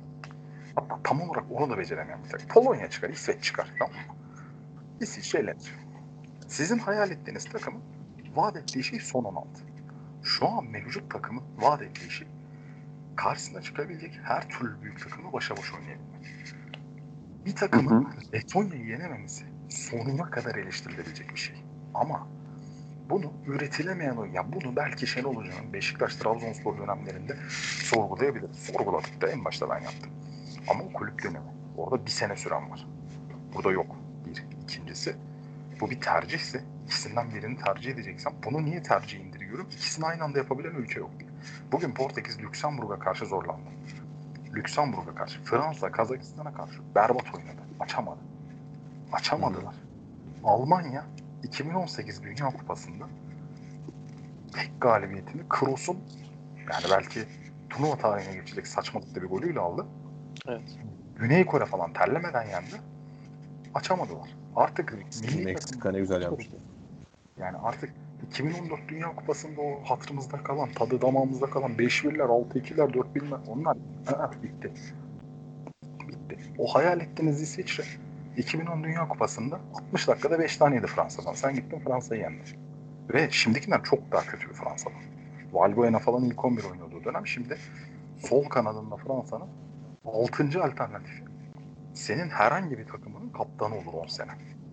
Hatta tam olarak onu da beceremeyen bir takım. Polonya çıkar, İsveç çıkar. Tamam mı? İsviçre elenir. Sizin hayal ettiğiniz takımın vaat ettiği şey son on altı. Şu an mevcut takımın vaat ettiği şey karşısına çıkabilecek her türlü büyük takımla başa baş oynayabilmek. Bir takımın Hı hı. Letonya'yı yenememesi sonuna kadar eleştirilebilecek bir şey. Ama bunu üretilemeyen oyun, ya bunu belki Şenol Hoca'nın Beşiktaş Trabzonspor dönemlerinde sorgulayabiliriz. Sorguladık da en başta ben yaptım. Ama o kulüp dönemi. Orada bir sene süren var. Burada yok. Bir. İkincisi, bu bir tercihse ikisinden birini tercih edeceksem bunu niye tercih indiriyorum? İkisini aynı anda yapabilen ülke yok. Bugün Portekiz Lüksemburg'a karşı zorlandı. Lüksemburg'a karşı, Fransa, Kazakistan'a karşı berbat oynadı. Açamadı. Açamadılar. Almanya iki bin on sekiz Dünya Kupası'nda tek galibiyetini Kroos'un yani belki turnuva tarihine geçecek saçmalıkta bir golüyle aldı. Evet. Güney Kore falan terlemeden yendi. Açamadılar. Artık milli Meksika takım ne güzel yapmıştı. yani artık iki bin on dört Dünya Kupası'nda o hatırımızda kalan, tadı damağımızda kalan beş birler, altı ikiler, dört birler onlar aa, bitti. Bitti. O hayal ettiğiniz İsviçre iki bin on Dünya Kupası'nda altmış dakikada beş tane yedi Fransa'dan. Sen gittin Fransa'yı yendin. Ve şimdikinden çok daha kötü bir Fransa'dan. Valbuena falan ilk on bir oynadığı dönem şimdi sol kanadında Fransa'nın altıncı alternatifi. Senin herhangi bir takımının kaptanı olur on sene.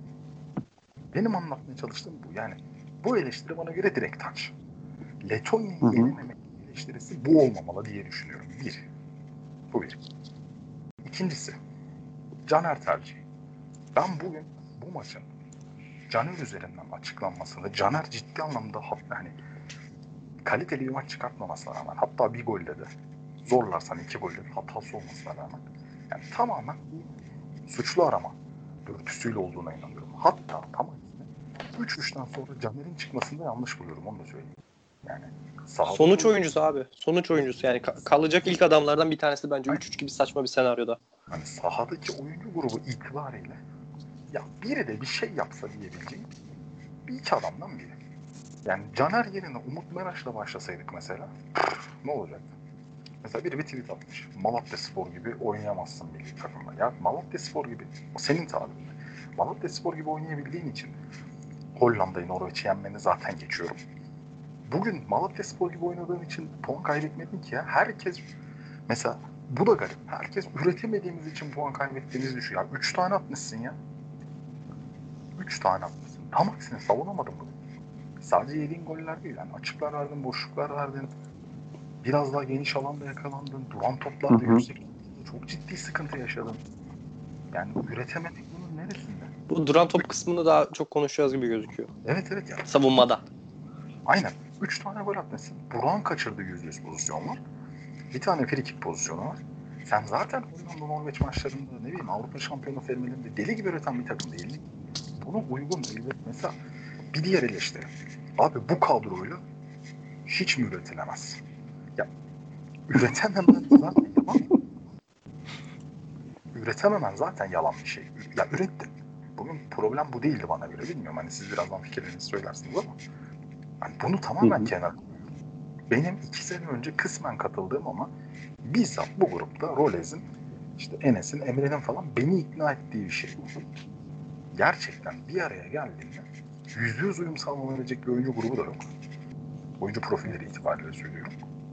Benim anlatmaya çalıştığım bu. Yani bu eleştiri bana göre direkt taç. Letonya'yı Hı hı. yenememek eleştirisi bu olmamalı diye düşünüyorum. Bir. Bu bir. İkincisi. Caner tercihi. Ben bugün bu maçın Caner üzerinden açıklanmasını, Caner ciddi anlamda hani kaliteli bir maç çıkartmamasına rağmen, hatta bir golle de zorlarsan iki golle de hatası olmasına rağmen yani tamamen suçlu arama dürtüsüyle olduğuna inanıyorum. Hatta tam aksine üç üçten sonra Caner'in çıkmasında yanlış buluyorum, onu da söyleyeyim. Yani sahadaki Sonuç oyuncusu abi. Sonuç oyuncusu yani ka- kalacak ilk adamlardan bir tanesi bence üç üç gibi saçma bir senaryoda. hani sahadaki oyuncu grubu itibariyle ya biri de bir şey yapsa diyebileceğim bir iki adamdan biri. Yani Caner yerine Umut Meraş'la başlasaydık mesela ne olacaktı? Mesela biri bir tweet atmış. Malatyaspor gibi oynayamazsın milli takımda. Ya Malatyaspor gibi, o senin tabirinde. Malatyaspor gibi oynayabildiğin için Hollanda'yı, Norveç'i yenmeni zaten geçiyorum. Bugün Malatyaspor gibi oynadığın için puan kaybetmedin ki ya. Herkes mesela bu da garip. Herkes üretemediğimiz için puan kaybettiğimizi düşüyor. Ya üç tane atmışsın ya. Üç tane atmışsın. Tam aksine savunamadın bunu. Sadece yediğin goller değil. Yani açıklar verdin, boşluklar verdin. Biraz daha geniş alanda yakalandın. Duran toplarda Hı hı. yüksek çok ciddi sıkıntı yaşadın. Yani üretemedik bunun neresinde? Bu duran top kısmını daha çok konuşacağız gibi gözüküyor. Evet evet ya. Savunmada. Aynen. üç tane gol atmışsın. Burak'ın kaçırdığı yüzde yüz pozisyon var. Bir tane free kick pozisyonu var. Sen zaten Hollanda Norveç maçlarında ne bileyim Avrupa Şampiyonu filmlerinde deli gibi üreten bir takım değil. Buna uygun elbet. Mesela bir diğer eleştiri. Abi bu kadroyla hiç mi üretilemez? Ya üretememen zaten yalan. Üretememen zaten yalan bir şey. Ya ürettin. Bunun problem bu değildi bana göre. Bilmiyorum hani siz birazdan fikirlerinizi söylersiniz ama yani bunu tamamen kenar. Benim iki sene önce kısmen katıldığım ama bizzat bu grupta Rolez'in, işte Enes'in, Emre'nin falan beni ikna ettiği bir şey. Gerçekten bir araya geldiğinde yüzde yüz uyum sağlanabilecek bir oyuncu grubu da yok. Oyuncu profilleri itibariyle söylüyorum.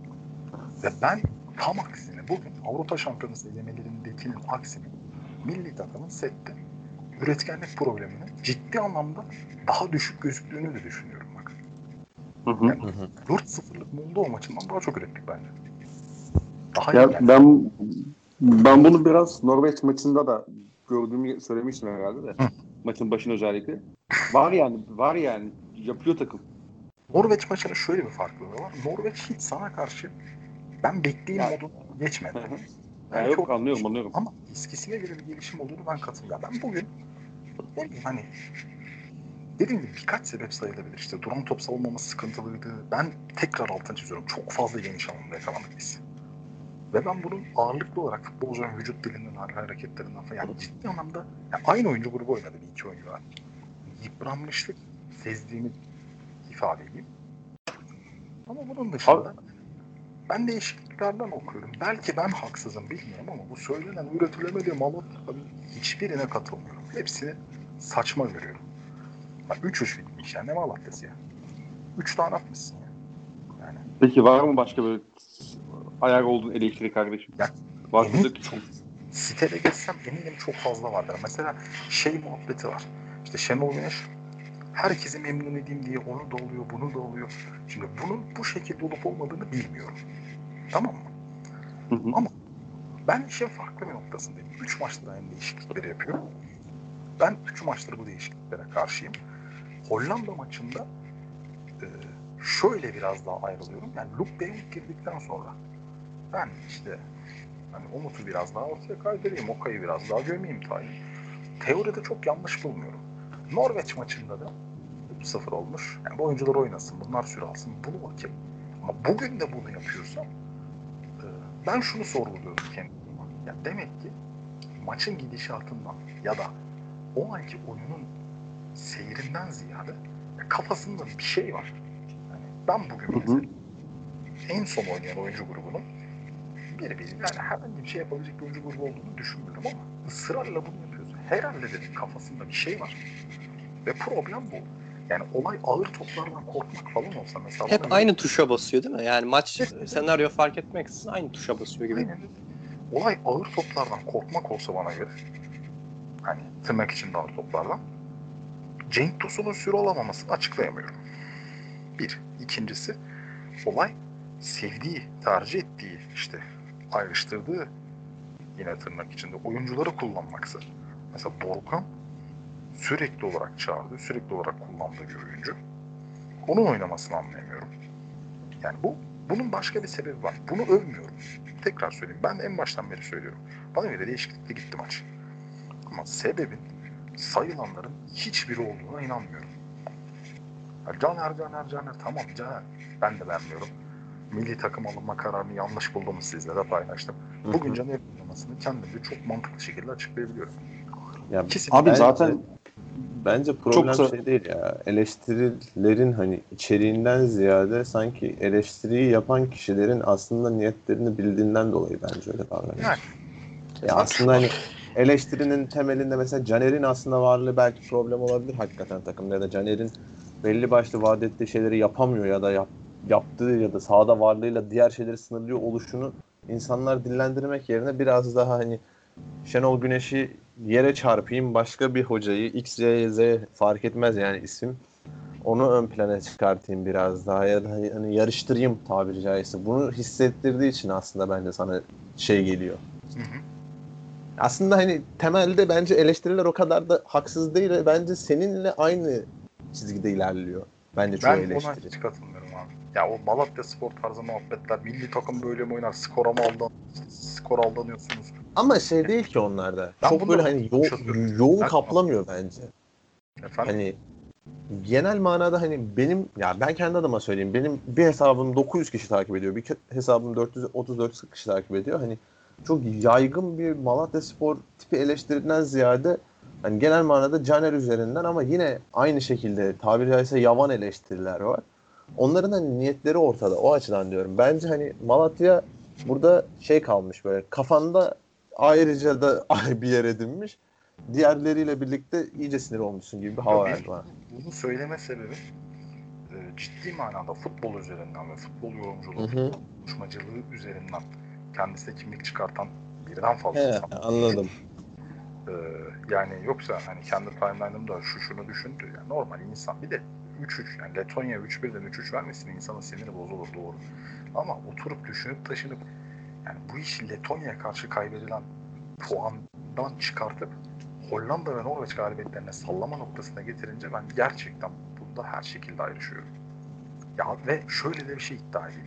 Ve ben tam aksine bugün Avrupa Şampiyonası elemelerindekinin aksine milli takımın sette üretkenlik probleminin ciddi anlamda daha düşük gözüktüğünü de düşünüyorum bak. Hı hı. Yani dört sıfırlık Moldova maçından daha çok ürettik bence. Daha Ya iyi yani. ben ben bunu biraz Norveç maçında da gördüğümü söylemiştim herhalde de. Hı. Maçın başında özellikle. Var yani, var yani. Yapıyor takım. Norveç maçının şöyle bir farklılığı var. Norveç hiç sana karşı ben bekleyeyim Ya- modunu geçmedi. Hı hı. Yani Ya yok, çok anlıyorum, anlıyorum. ama eskisine göre bir gelişim olduğunu ben katılıyorum. Ben bugün ne bileyim hani dediğim gibi birkaç sebep sayılabilir. İşte duran top savunmamız sıkıntılıydı. Ben tekrar altını çiziyorum. Çok fazla geniş alanda yakalandık biz. Ve ben bunun ağırlıklı olarak futbolcunun vücut dilinden, hareketlerinden falan yani ciddi anlamda yani aynı oyuncu grubu oynadı bir iki oyuncu var. Yıpranmışlık sezdiğimi ifade edeyim. Ama bunun dışında Abi- ben değişikliklerden okuyorum. Belki ben haksızım bilmiyorum ama bu söylenen üretilemedi Malatya'nın hiçbirine katılmıyorum. Hepsini saçma görüyorum. üç üç bitmiş yani ne Malatya'sı ya. üç tane atmışsın ya. Yani Peki var mı başka böyle ayak olduğun eleştiri kardeşim? Ya, Varsa emin- da çok sitede geçsem eminim çok fazla vardır. Mesela şey muhabbeti var. İşte Şenol Güneş herkesi memnun edeyim diye onu da oluyor, bunu da oluyor. Şimdi bunun bu şekilde olup olmadığını bilmiyorum. Tamam mı? Hı hı. Ama ben işin farklı bir noktasındayım. üç maçta aynı değişiklikleri yapıyor. Ben üç maçtır bu değişikliklere karşıyım. Hollanda maçında e, şöyle biraz daha ayrılıyorum. Yani Luke de Jong girdikten sonra ben işte hani Umut'u biraz daha ortaya kaydırayım, Okay'ı biraz daha gömeyim Tayyip. Teoride çok yanlış bulmuyorum. Norveç maçında da üç sıfır olmuş. Yani bu oyuncular oynasın, bunlar süre alsın. Bunu okey. Ama bugün de bunu yapıyorsam e, ben şunu sorguluyorum kendime. Ya demek ki maçın gidişatından ya da o anki oyunun seyrinden ziyade ya kafasında bir şey var. Yani ben bugün Hı hı. mesela en son oynayan oyuncu grubunun bir bir yani herhangi bir şey yapabilecek bir oyuncu grubu olduğunu düşünmüyorum ama ısrarla bunu yapıyorsun. Herhalde dedim kafasında bir şey var ve problem bu. Yani olay ağır toplardan korkmak falan olsa mesela Hep bana göre- aynı tuşa basıyor değil mi? Yani maç Evet. senaryo fark etmeksizin aynı tuşa basıyor gibi. Aynen öyle. Olay ağır toplardan korkmak olsa bana göre hani tırnak içinde ağır toplardan Cenk Tosun'un süre alamamasını açıklayamıyorum. Bir. İkincisi olay sevdiği, tercih ettiği işte ayrıştırdığı yine tırnak içinde oyuncuları kullanmaksa. Mesela Borkan sürekli olarak çağırdı, sürekli olarak kullandığı bir oyuncu. Onun oynamasını anlayamıyorum. Yani bu bunun başka bir sebebi var. Bunu övmüyorum. Tekrar söyleyeyim. Ben en baştan beri söylüyorum. Bana göre değişiklikle gitti maç. Ama sebebin sayılanların hiçbiri olduğuna inanmıyorum. Ya Caner, Caner, Caner. Tamam Caner. Ben de beğenmiyorum. Milli takım alınma kararını yanlış bulduğumu sizle de paylaştım. Bugün Caner'in oynamasını kendimce çok mantıklı şekilde açıklayabiliyorum. Ya, İkisini Abi bence, zaten bence çok problem kısa. şey değil ya. Eleştirilerin hani içeriğinden ziyade sanki eleştiriyi yapan kişilerin aslında niyetlerini bildiğinden dolayı bence öyle davranıyor. Yani. Ya aslında hani eleştirinin temelinde mesela Caner'in aslında varlığı belki problem olabilir hakikaten takımda ya da Caner'in belli başlı vaat ettiği şeyleri yapamıyor ya da yap, yaptığı ya da sahada varlığıyla diğer şeyleri sınırlıyor oluşunu insanlar dillendirmek yerine biraz daha hani Şenol Güneş'i yere çarpayım başka bir hocayı X, Y, Z fark etmez yani isim. Onu ön plana çıkartayım biraz daha ya da hani yarıştırayım tabiri caizse. Bunu hissettirdiği için aslında bence sana şey geliyor. Hı hı. Aslında hani temelde bence eleştiriler o kadar da haksız değil. Bence seninle aynı çizgide ilerliyor. Bence çoğu Ben eleştiri. ona hiç katılmıyorum abi. Ya o Malatya Spor tarzı muhabbetler, milli takım böyle mi oynar, skora mı aldan, skor aldanıyorsunuz. Ama şey değil ki onlarda. Ben Çok böyle bunları hani yo- konuşuyorum. yoğun Ben- kaplamıyor bence. Efendim? Hani genel manada hani benim ya ben kendi adıma söyleyeyim. Benim bir hesabım dokuz yüz kişi takip ediyor. Bir hesabım dört yüz otuz dört kişi takip ediyor. Hani çok yaygın bir Malatya Spor tipi eleştiriden ziyade hani genel manada Caner üzerinden ama yine aynı şekilde tabiri caizse yavan eleştiriler var. Onların hani niyetleri ortada. O açıdan diyorum. Bence hani Malatya burada şey kalmış böyle kafanda ayrıca da bir yer edinmiş. Diğerleriyle birlikte iyice sinir olmuşsun gibi bir hava verdi bana. Bunu söyleme sebebi e, ciddi manada futbol üzerinden ve futbol yorumculuğu, Hı hı. futbol konuşmacılığı üzerinden kendisine kimlik çıkartan birden fazla He, insan. anladım. Ee, yani yoksa hani kendi timeline'ımda şu şunu düşündü. Yani normal insan. Bir de üç üç yani Letonya üç birden üç üç vermesin insanın siniri bozulur doğru. Ama oturup düşünüp taşınıp yani bu işi Letonya'ya karşı kaybedilen puandan çıkartıp Hollanda ve Norveç galibiyetlerine sallama noktasına getirince ben gerçekten bunda her şekilde ayrışıyorum. Ya ve şöyle de bir şey iddia edeyim.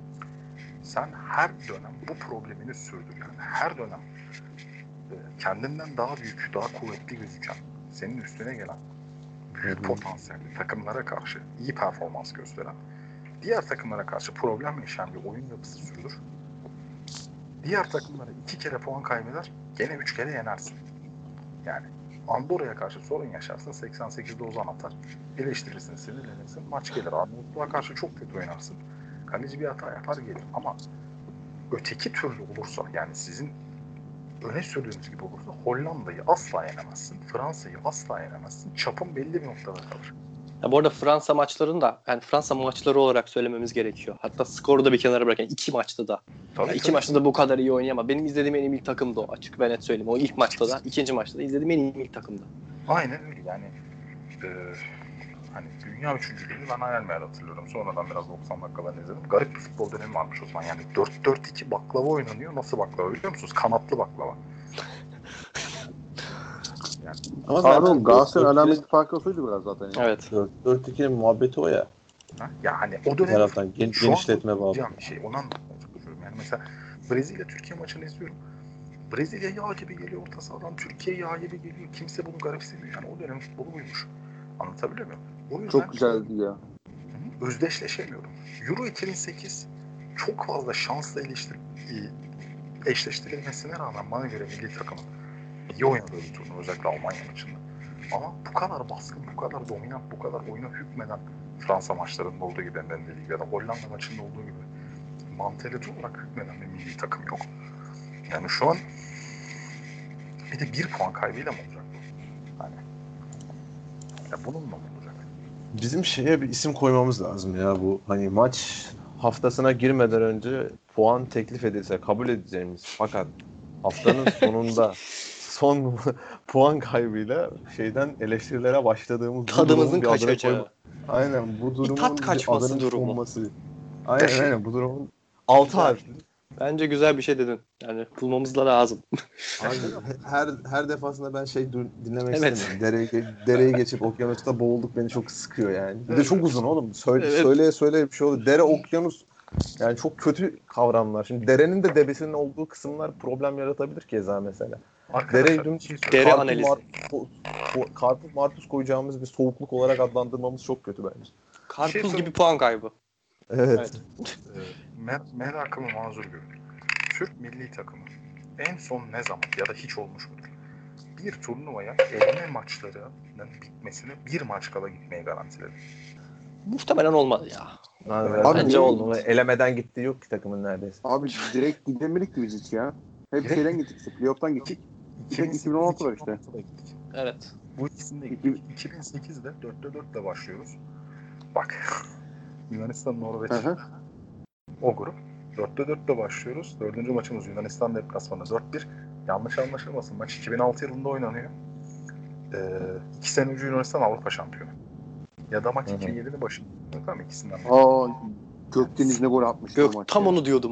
Sen her dönem bu problemini sürdür yani. Her dönem kendinden daha büyük, daha kuvvetli gözüken, senin üstüne gelen büyük potansiyelli takımlara karşı iyi performans gösteren, diğer takımlara karşı problem yaşayan bir oyun yapısı sürdür. Diğer takımlara iki kere puan kaybeder, gene üç kere yenersin. Yani Andorra'ya karşı sorun yaşarsın, seksen sekizde Ozan atar, eleştirirsin, sinirlenirsin, maç gelir. Arnavutluğa karşı çok kötü oynarsın. Kaleci bir hata yapar gelir ama öteki türlü olursa, yani sizin öne sürdüğünüz gibi olursa Hollanda'yı asla yenemezsin. Fransa'yı asla yenemezsin. Çapın belli bir noktada kalır. Ya bu arada Fransa maçlarını da yani Fransa maçları olarak söylememiz gerekiyor. Hatta skoru da bir kenara bırakın. iki maçta da. Tabii, Ya iki tabii. maçta da bu kadar iyi oynayamaz. Benim izlediğim en iyi milli takımdı o, açık ve net söyleyeyim. O ilk maçta da, ikinci maçta da izlediğim en iyi milli takımdı. Aynen öyle yani. E, hani dünya üçüncülüğünü ben hayal meyal hatırlıyorum. Sonradan biraz doksan dakikalarını izledim. Garip bir futbol dönemi varmış o zaman. Yani dört dört iki baklava oynanıyor. Nasıl baklava biliyor musunuz? Kanatlı baklava. Yani, Pardon, Galatasaray alameti farkı oydu biraz zaten. Yani. Evet. dört ikinin muhabbeti o ya. Ha? Yani o Bir dönem taraftan gen- genişletme bağlı. bir şey. Onu anlatmaya çalışıyorum. Yani mesela Brezilya Türkiye maçını izliyorum. Brezilya yağ gibi geliyor orta sahadan. Türkiye yağ gibi geliyor. Kimse bunu garipsemiyor. Yani o dönem futbolu buymuş. Anlatabiliyor muyum? O yüzden Çok güzeldi ya. özdeşleşemiyorum. Euro iki bin sekiz çok fazla şansla eleştir, eşleştirilmesine rağmen bana göre milli takımın iyi oynadığı bir turnuva, özellikle Almanya maçında. Ama bu kadar baskın, bu kadar dominant, bu kadar oyuna hükmeden Fransa maçlarında olduğu gibi, ben dediğim gibi ya da Hollanda maçında olduğu gibi mantalite olarak hükmeden bir milli takım yok. Yani şu an bir de bir puan kaybıyla mı olacak bu? Hani ya bununla mı olacak? Bizim şeye bir isim koymamız lazım ya bu hani maç haftasına girmeden önce puan teklif edilse kabul edeceğimiz fakat haftanın sonunda son puan kaybıyla şeyden eleştirilere başladığımız Tadımızın bir adını kaçacağı. koyma- Aynen bu durumun tat kaçması adının durumu. konması. Aynen aynen bu durumun altı Güzel. harfli. Bence güzel bir şey dedin. Yani bulmamız da lazım. Abi, her her defasında ben şey du- dinlemek Evet. istemiyorum. Dereyi, ge- dereyi geçip okyanusta boğulduk beni çok sıkıyor yani. Bir de çok uzun oğlum. Söyle, Evet. Söyleye söyleye bir şey olur. Dere, okyanus yani çok kötü kavramlar. Şimdi derenin de debesinin olduğu kısımlar problem yaratabilir keza mesela. Arkadaşlar, Dereyi dün şey söyleyeyim. Dere karpuz, analizi. marpuz, ko- karpuz marpuz koyacağımız bir soğukluk olarak adlandırmamız çok kötü bence. Karpuz Şey gibi puan kaybı. Evet. Evet. Ee, mer- merakımı mazur görün. Türk milli takımı en son ne zaman ya da hiç olmuş mudur? Bir turnuvaya eleme maçlarının bitmesine bir maç kala gitmeye garantiledi. Muhtemelen olmadı ya. Yani Abi, zaten bence bu- olmaz. Elemeden gittiği yok ki takımın neredeyse. Abi direkt gidemedik ki biz hiç ya. Hep Direkt- şeyden gittik işte. Playoff'tan gittik. Bir tek iki bin on altı var işte. gittik. Evet. Bu ikisinde gittik. iki bin sekizde dörtte dörtle başlıyoruz. Bak. Yunanistan, Norveç. Hı hı. O grup. dörtte dörtle başlıyoruz. Dördüncü maçımız Yunanistan deplasmanı dört bir. Yanlış anlaşılmasın. Maç iki bin altı yılında oynanıyor. Ee, iki sene önce Yunanistan Avrupa şampiyonu. Ya da maç Hı hı. iki bin yedinin başı. Tamam ikisinden biri. Aa, Gökdeniz ne gol atmıştı o Gök maç tam ya. onu diyordum ha.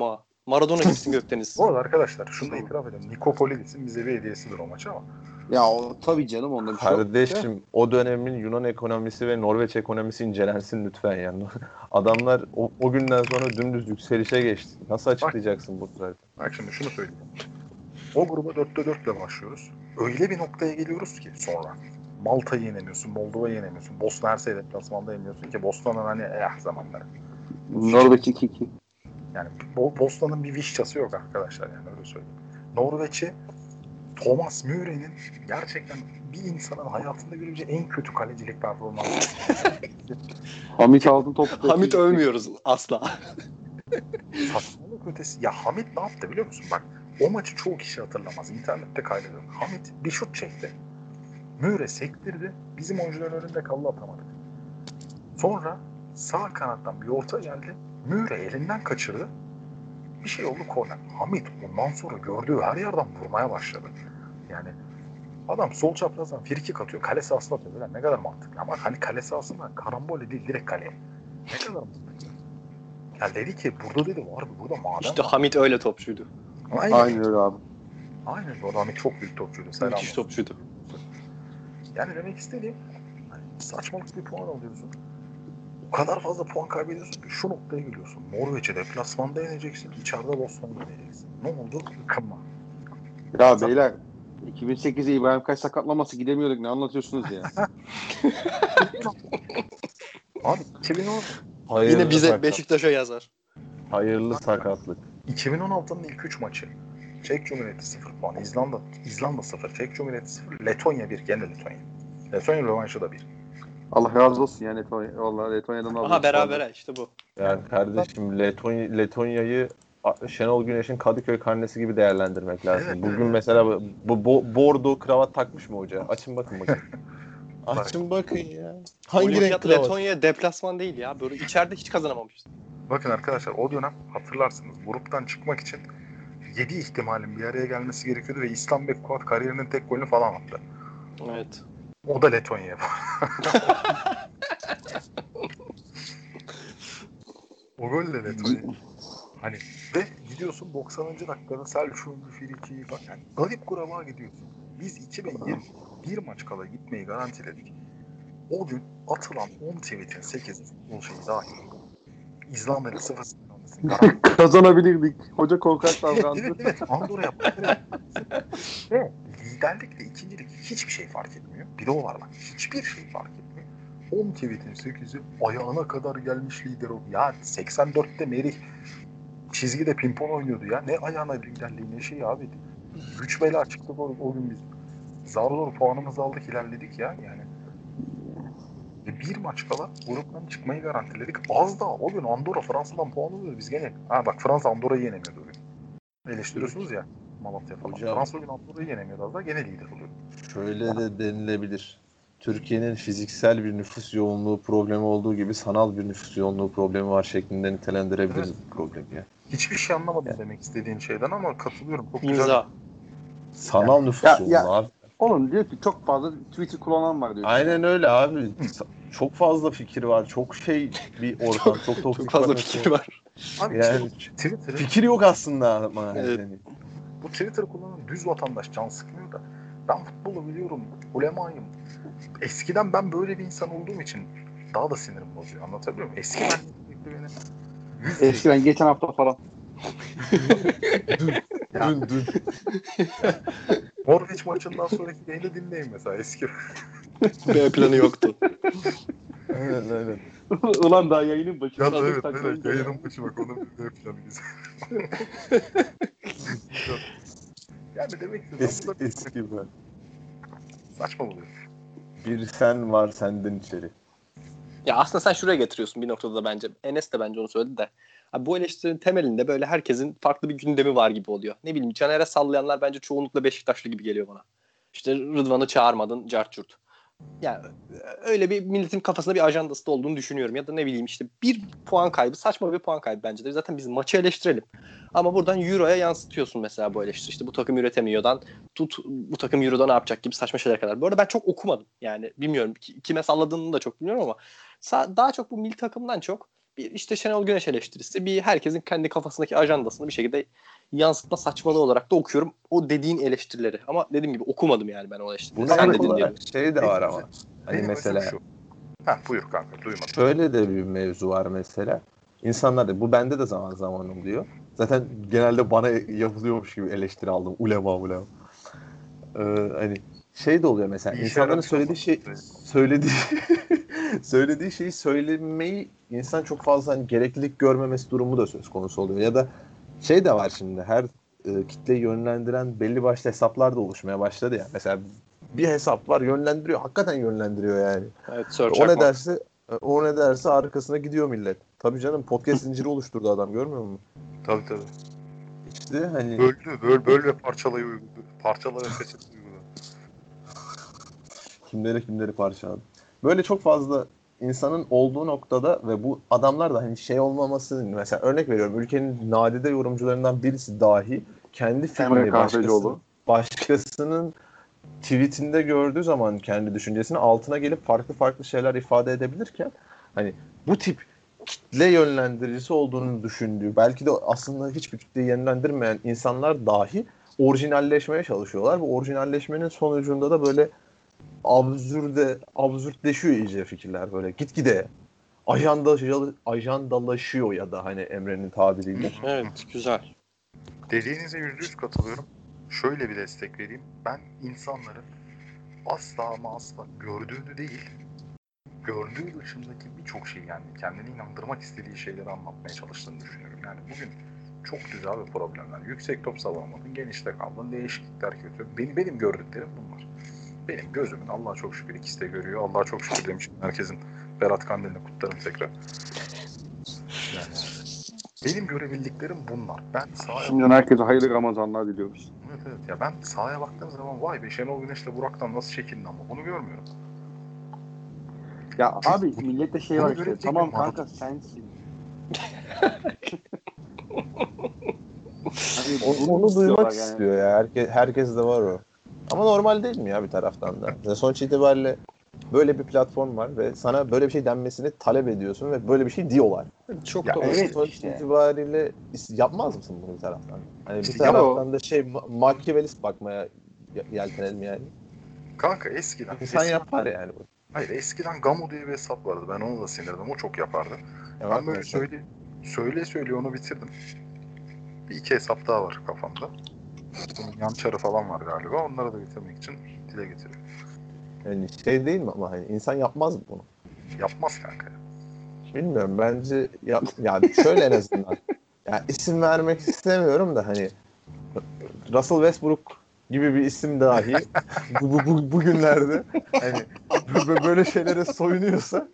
Maradona gitsin Gökdeniz. Bu arada arkadaşlar şunu da itiraf edelim. Nikopolidis'in bize bir hediyesidir o maç ama. Ya o tabii canım onda bir şey yok. Kardeşim o dönemin Yunan ekonomisi ve Norveç ekonomisi incelensin lütfen yani. Adamlar o, o günden sonra dümdüz yükselişe geçti. Nasıl açıklayacaksın bu zaten? Bak şimdi şunu söyleyeyim. O gruba dörtte dörtle başlıyoruz. Öyle bir noktaya geliyoruz ki sonra. Malta'yı yenemiyorsun, Moldova'yı yenemiyorsun, Bosna Hersek'i deplasmanda yenemiyorsun ki Bosna'nın hani eh zamanları. Norveç iki iki. Yani Bo- Bosna'nın bir vişçası yok arkadaşlar yani öyle söyleyeyim. Norveç'i Thomas Mürer'in gerçekten bir insanın hayatında göreceği en kötü kalecilik performansı. Hamit aldın topu. Hamit övmüyoruz asla. Saçmalık ötesi. Ya Hamit ne yaptı biliyor musun? Bak o maçı çoğu kişi hatırlamaz. İnternette kaydediyorum. Hamit bir şut çekti. Müre sektirdi. Bizim oyuncuların önünde kaldı atamadık. Sonra sağ kanattan bir orta geldi. Müre elinden kaçırdı. Bir şey oldu korner. Hamit ondan sonra gördüğü her yerden vurmaya başladı. Yani adam sol çaprazdan frikik atıyor. Kale sahasına atıyor. Böyle ne kadar mantıklı. Ama hani kale sahasında karambole değil direkt kaleye. Ne kadar mantıklı. Ya dedi ki burada dedi var burada madem İşte var. Hamit öyle topçuydu. Aynen. Aynen öyle abi. Aynen. O Hamit çok büyük topçuydu. Selam Müthiş olsun. topçuydu. Yani demek istediğim hani saçmalık bir puan alıyorsun. O kadar fazla puan kaybediyorsun ki şu noktaya geliyorsun. Norveç'e deplasmanda yeneceksin. İçeride Bosna'yı yeneceksin. Ne oldu? Yıkılma. Ya beyler iki bin sekizde İbrahim Kaç sakatlaması gidemiyorduk. Ne anlatıyorsunuz ya? Abi iki bin on Hayırlı Yine bize sakat- Beşiktaş'a yazar. Hayırlı sakatlık. iki bin on altının ilk üç maçı. Çek Cumhuriyeti sıfır puan. İzlanda İzlanda sıfır. Çek Cumhuriyeti sıfır. Letonya bir. Gene Letonya. Letonya rövanşı da bir. Allah razı olsun yani Letonya. Vallahi Letonya'dan alıyoruz. Aha berabere işte bu. Yani kardeşim Letonya, Letonya'yı Şenol Güneş'in Kadıköy karnesi gibi değerlendirmek lazım. Evet, Bugün evet. mesela bu bo, bordo kravat takmış mı hoca? Açın bakın bakın. Açın bakın ya. Hangi renk Olimpiyat kravat? Letonya'ya deplasman değil ya. Böyle içeride hiç kazanamamışız. Bakın arkadaşlar o dönem hatırlarsınız gruptan çıkmak için yedi ihtimalin bir araya gelmesi gerekiyordu ve İslam Bekkuat kariyerinin tek golünü falan attı. Evet. O da Letonya'ya. O gol de Letonya. Hani ve gidiyorsun doksanıncı dakikada Selçuk'un bir frikiyi falan. Yani garip kuraba gidiyorsun. Biz iki bin yirmi bir maç kala gitmeyi garantiledik. O gün atılan on tweetin sekizi futbol şeyi dahil. İzlanda'yla sıfır sıfır olmasın. Garanti. Kazanabilirdik. Hoca korkak davrandı. Evet evet Andorra yaptı. Ve liderlikle ikincilik hiçbir şey fark etmiyor. Bir de o var bak. Hiçbir şey fark etmiyor. on tweetin sekizi ayağına kadar gelmiş lider o. Ya seksen dörtte Merih çizgide pimpon oynuyordu ya. Ne ayağına liderliği ne şey abi. Güç bela çıktık o, o gün biz. Zar zor puanımızı aldık ilerledik ya. Yani ve bir maç kala gruptan çıkmayı garantiledik. Az daha o gün Andorra Fransa'dan puan alıyordu. Biz gene. Ha bak Fransa Andorra'yı yenemiyordu o gün. Eleştiriyorsunuz ya Malatya falan. Hocam. Fransa o gün Andorra'yı yenemiyordu az daha. Gene lider oluyordu. Şöyle de denilebilir. Türkiye'nin fiziksel bir nüfus yoğunluğu problemi olduğu gibi sanal bir nüfus yoğunluğu problemi var şeklinde nitelendirebiliriz Evet. bu problemi ya. Hiçbir şey anlamadım demek istediğin şeyden ama katılıyorum. Çok güzel. İmza. Sanal nüfus Ya- yoğunluğu ya- abi. Oğlum diyor ki çok fazla Twitter kullanan var diyor. Aynen öyle abi. Sa- Çok fazla fikir var. Çok şey bir ortam. Çok, toksik Çok fazla var. fikir var. Abi Yani Twitter'ı, fikir yok aslında ama. Evet. Yani. bu Twitter kullanan düz vatandaş can sıkmıyor da ben futbolu biliyorum, ulemayım. Eskiden ben böyle bir insan olduğum için daha da sinirim bozuyor. Anlatabiliyor muyum? Eski ben beni yüz Eskiden geçen hafta falan. Ya. Dün dün. Norveç maçından sonraki yayını dinleyin mesela eski. B planı yoktu. Aynen aynen. Ulan daha yayının başı. Ya Hazır evet takılınca evet ya. yayının başı bak onun bir planı güzel. Yani demek ki Eski, eski ben. saçma oluyor. Bir sen var senden içeri. Ya aslında sen şuraya getiriyorsun bir noktada da bence. Enes de bence onu söyledi de. Abi bu eleştirinin temelinde böyle herkesin farklı bir gündemi var gibi oluyor. Ne bileyim Caner'e sallayanlar bence çoğunlukla Beşiktaşlı gibi geliyor bana. İşte Rıdvan'ı çağırmadın cart curt. Yani öyle bir milletin kafasında bir ajandası da olduğunu düşünüyorum. Ya da ne bileyim işte bir puan kaybı saçma bir puan kaybı bence de. Zaten biz maçı eleştirelim. Ama buradan Euro'ya yansıtıyorsun mesela bu eleştiri. İşte bu takım üretemiyordan tut bu takım Euro'da ne yapacak gibi saçma şeyler kadar. Bu arada ben çok okumadım. Yani bilmiyorum kime salladığını da çok bilmiyorum ama sa- daha çok bu milli takımdan çok Bir işte Şenol Güneş eleştirisi, bir herkesin kendi kafasındaki ajandasını bir şekilde yansıtma saçmalığı olarak da okuyorum o dediğin eleştirileri. Ama dediğim gibi okumadım yani ben o eleştirileri. Buna Sen ek dedin diye. olarak şey de var ama. Hani Benim mesela özüm şu. Heh, buyur kanka, duymadım. şöyle de bir mevzu var mesela. İnsanlar da bu bende de zaman zaman oluyor. Zaten genelde bana yapılıyormuş gibi eleştiri aldım. Ulema ulema. Ee, hani şey de oluyor mesela. Bir işe İnsanların yaramıyor söylediği ama. şey söylediği söylediği şeyi söylemeyi insan çok fazla hani gereklilik görmemesi durumu da söz konusu oluyor. Ya da şey de var şimdi her e, kitleyi yönlendiren belli başlı hesaplar da oluşmaya başladı ya. Mesela bir hesap var yönlendiriyor. Hakikaten yönlendiriyor yani. Evet, Search O ne Akmak. derse o ne derse arkasına gidiyor millet. Tabii canım podcast zinciri oluşturdu adam görmüyor musun? Tabii tabii. İşte hani Böldü, böl, böl ve parçalayı uyguladı. Parçala ve kaçırdı uyguladı. kimleri kimleri parçaladı. Böyle çok fazla insanın olduğu noktada ve bu adamlar da hani şey olmaması mesela örnek veriyorum ülkenin nadide yorumcularından birisi dahi kendi Emre fikrini başkasının, Kahvecioğlu. başkasının tweetinde gördüğü zaman kendi düşüncesini altına gelip farklı farklı şeyler ifade edebilirken hani bu tip kitle yönlendiricisi olduğunu düşündüğü belki de aslında hiçbir kitleyi yönlendirmeyen insanlar dahi orijinalleşmeye çalışıyorlar. Bu orijinalleşmenin sonucunda da böyle absürde absürtleşiyor iyice fikirler böyle gitgide ajanda ajandalaşıyor ya da hani Emre'nin tabiriyle. Evet, güzel. Dediğinize yüzde yüz katılıyorum. Şöyle bir destek vereyim. Ben insanların asla ama asla gördüğünü değil, gördüğü dışındaki birçok şey yani kendini inandırmak istediği şeyleri anlatmaya çalıştığını düşünüyorum. Yani bugün çok güzel bir problemler. Yüksek top savunamadın, genişte kaldın, değişiklikler kötü. Benim, benim gördüklerim bunlar. Benim gözümün Allah'a çok şükür ikisi de görüyor. Allah'a çok şükür demişim. Herkesin Berat Kandil'ini kutlarım tekrar. Yani benim görebildiklerim bunlar. Ben sahaya... Şimdiden herkese hayırlı Ramazanlar diliyoruz. Evet evet. Ya ben sahaya baktığım zaman vay be Şenol Güneş'le Burak'tan nasıl çekildi ama bunu görmüyorum. Ya abi millette şey Bunu var işte. görebilecek Tamam bir kanka mantık. sensin. Hani O- bunu onu istiyorlar duymak yani. istiyor ya. Herkes, herkes de var o. Ama normal değil mi ya bir taraftan da? Mesela sonuç itibariyle böyle bir platform var ve sana böyle bir şey denmesini talep ediyorsun ve böyle bir şey diyorlar. Çok Ya doğru. evet. Sonuç işte. itibariyle is- yapmaz mısın bunu bir taraftan? Hani bir İşte taraftan da şey ma- Machiavellist bakmaya ye- yeltenelim yani. Kanka eskiden. İnsan eskiden yapar yani bu. hayır eskiden Gamu diye bir hesap vardı. Ben ona da sinirdim. O çok yapardı. Ya Ben bak böyle mesela. söyle söyle söyle onu bitirdim. Bir iki hesap daha var kafamda. Bunun yan çarı falan var galiba. Onları da bitirmek için dile getiriyorum. Yani şey değil mi ama hani insan yapmaz bunu. Yapmaz kanka. Bilmiyorum bence ya, ya şöyle en azından. Ya isim vermek istemiyorum da hani Russell Westbrook gibi bir isim dahi bu, bu, bu bugünlerde hani bö- böyle şeylere soyunuyorsa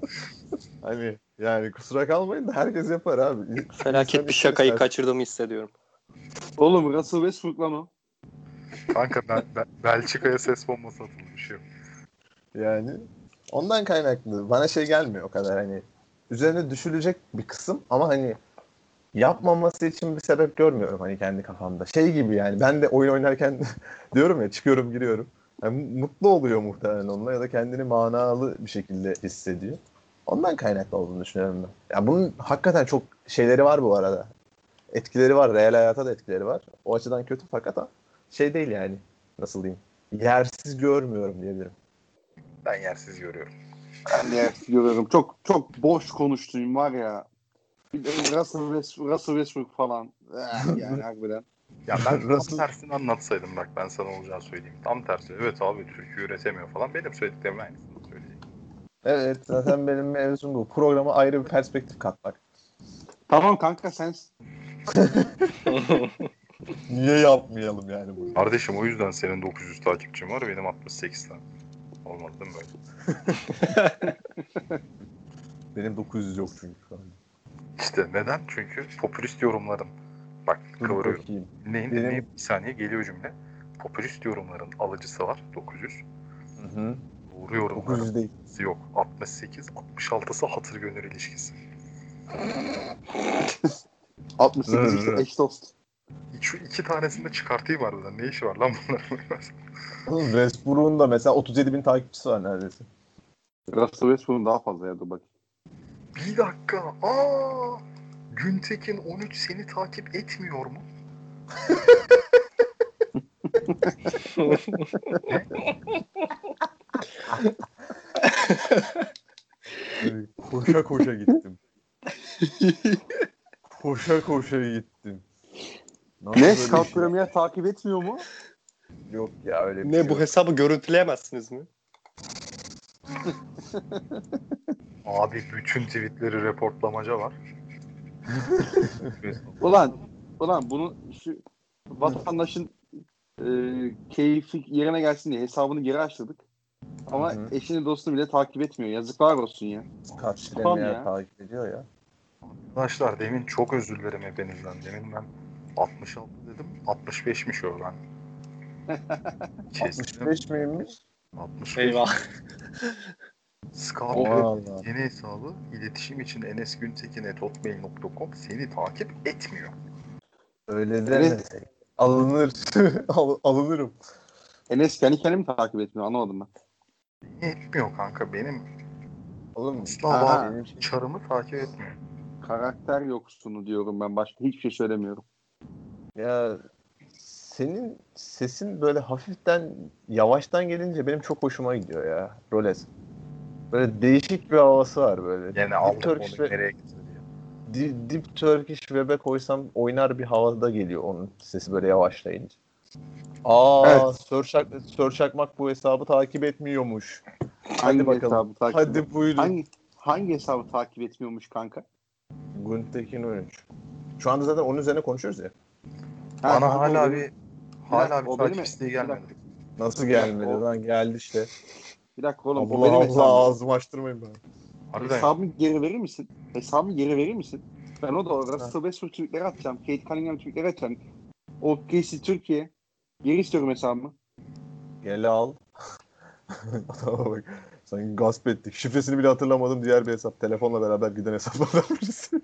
hani yani kusura kalmayın da herkes yapar abi. Felaket İnsan bir şakayı ister- kaçırdığımı hissediyorum. Oğlum Russell Westbrook'la mı? Kanka ben, ben Belçika'ya ses bombası atılmış yok. Yani ondan kaynaklı bana şey gelmiyor o kadar hani üzerine düşülecek bir kısım ama hani yapmaması için bir sebep görmüyorum hani kendi kafamda. Şey gibi yani ben de oyun oynarken diyorum ya çıkıyorum giriyorum. Yani mutlu oluyor muhtemelen onunla ya da kendini manalı bir şekilde hissediyor. Ondan kaynaklı olduğunu düşünüyorum ben. Ya bunun hakikaten çok şeyleri var bu arada. Etkileri var. Real hayata da etkileri var. O açıdan kötü fakat şey değil yani. Nasıl diyeyim? Yersiz görmüyorum diyebilirim. Ben yersiz görüyorum. Ben de görüyorum. Çok çok boş konuştuğum var ya. Bir de Russell Westbrook, Russell Westbrook falan. Eh, yani harbiden. Ya ben tam Russell- tersini anlatsaydım bak ben sana olacağını söyleyeyim. Tam tersi. Evet abi Türkiye üretemiyor falan. Benim söylediklerim aynısını söyleyecek. Evet zaten benim mevzum bu. Programa ayrı bir perspektif katmak. Tamam kanka sensin. Niye yapmayalım yani bunu? Kardeşim o yüzden senin dokuz yüz takipçin var benim altmış sekiz tane. Olmadı değil mi böyle? Benim dokuz yüz yok çünkü şu an. İşte neden? Çünkü popülist yorumların bak Dur kıvırıyorum. bakayım. Neyin, Benim- neyin? Bir saniye geliyor cümle. Popülist yorumların alıcısı var dokuz yüz. Hı hı. Doğru dokuz yorumların yüz değil. alıcısı yok. altmış sekiz altmış altısı hatır gönül ilişkisi. altmış sekiz işte eş dost. Şu iki tanesini de çıkartayım harbiden. Ne işi var lan bunların? Oğlum Westbrook'un da mesela otuz yedi bin takipçisi var neredeyse. Russell Westbrook'un daha fazla ya dur bak. Bir dakika. Aa! Güntekin on üç seni takip etmiyor mu? Koşa koşa gittim. Koşa koşa gittim. Nasıl Ne? böyle Scout şey? Premier takip etmiyor mu? Yok ya öyle bir Ne şey bu yok. hesabı görüntüleyemezsiniz mi? Abi bütün tweetleri reportlamaca var. Ulan, ulan bunu şu vatandaşın e, keyfi yerine gelsin diye hesabını geri açtırdık. Ama Hı hı. eşini dostunu bile takip etmiyor. Yazıklar olsun ya. Scout Spam Premier ya. takip ediyor ya. Arkadaşlar demin çok özür dilerim hepinizden. Demin ben altmış altı dedim. altmış beşmiş o ben. altmış beş miymiş? altmış beş. Eyvah. Scout Allah. yeni hesabı iletişim için enesgüntekin at hotmail nokta com seni takip etmiyor. Öyle Evet. demesek. Alınır. Al- alınırım. Enes kendi kendini mi takip etmiyor? Anlamadım ben. Etmiyor kanka benim Oğlum asla Aha. var benim şey- çarımı takip etmiyor. Karakter yoksunu diyorum ben. Başka hiçbir şey söylemiyorum. ya senin sesin böyle hafiften yavaştan gelince benim çok hoşuma gidiyor ya. Roles. Böyle değişik bir havası var böyle. Gene Deep aldık Turkish onu ve nereye getirdi ya. Deep, Deep Turkish web'e koysam oynar bir havada geliyor onun sesi böyle yavaşlayınca. Aa, Evet. Sör, Çak, Sör Çakmak bu hesabı takip etmiyormuş. Hangi Hadi bakalım. hesabı takip Hadi buyurun. Hangi, hangi hesabı takip etmiyormuş kanka? Güntekin on üç. Şu anda zaten onun üzerine konuşuyoruz ya. Ha, Bana kanka, hala o benim- bir hala dakika, bir o takip benim- isteği bir gelmedi. dakika. Nasıl Bir gelmedi dakika, o- lan geldi işte. Bir dakika oğlum. o Allah benim Allah hesabım. ağzımı açtırmayın bana. Harbiden ya. Hesabımı geri verir misin? Hesabımı geri verir misin? Ben o da Russell Westbrook tweetleri atacağım. Kate Cunningham tweetleri atacağım. O Casey Türkiye. Geri istiyorum hesabımı. Gel al. Adama bak. Sanki gasp ettik. Şifresini bile hatırlamadım. Diğer bir hesap. Telefonla beraber giden hesaplardan birisi.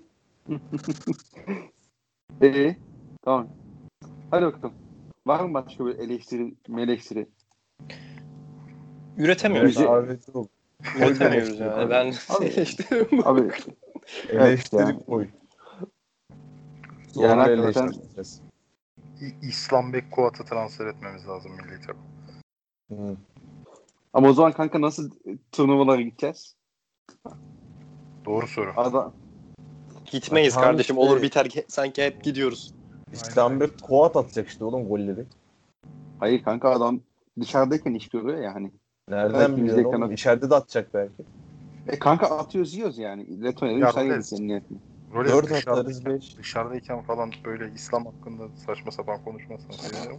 Ee, tamam. Hadi bakalım. Var mı başka bir eleştiri, eleştiri? Üretemiyoruz Bizi- abi. Abi yok. Üretemiyoruz yani. Abi. Ben Abi- eleştiriyorum. Abi Evet Eleştiri ya. koy. Yani Sonra hakikaten- eleştireceğiz. İ- İslam Bekkuat'ı transfer etmemiz lazım milli takım. Hı. ama o zaman kanka nasıl turnuvalara gideceğiz? Doğru soru. Ada, Gitmeyiz Tamam kardeşim. işte. Olur biter ki sanki hep gidiyoruz. İslambe Koat atacak işte oğlum golleri. hayır kanka adam dışarıdayken iş görüyor ya hani. Nereden Belki biliyorsun bizdeyken oğlum? at- İçeride de atacak belki. E kanka atıyoruz yiyoruz yani. Letonya'da Ya müsaade Roles. edin senin niyetin. Roles Dört dışarıdayken- atarız beş. Dışarıdayken falan böyle İslam hakkında saçma sapan konuşmazsan sevinirim.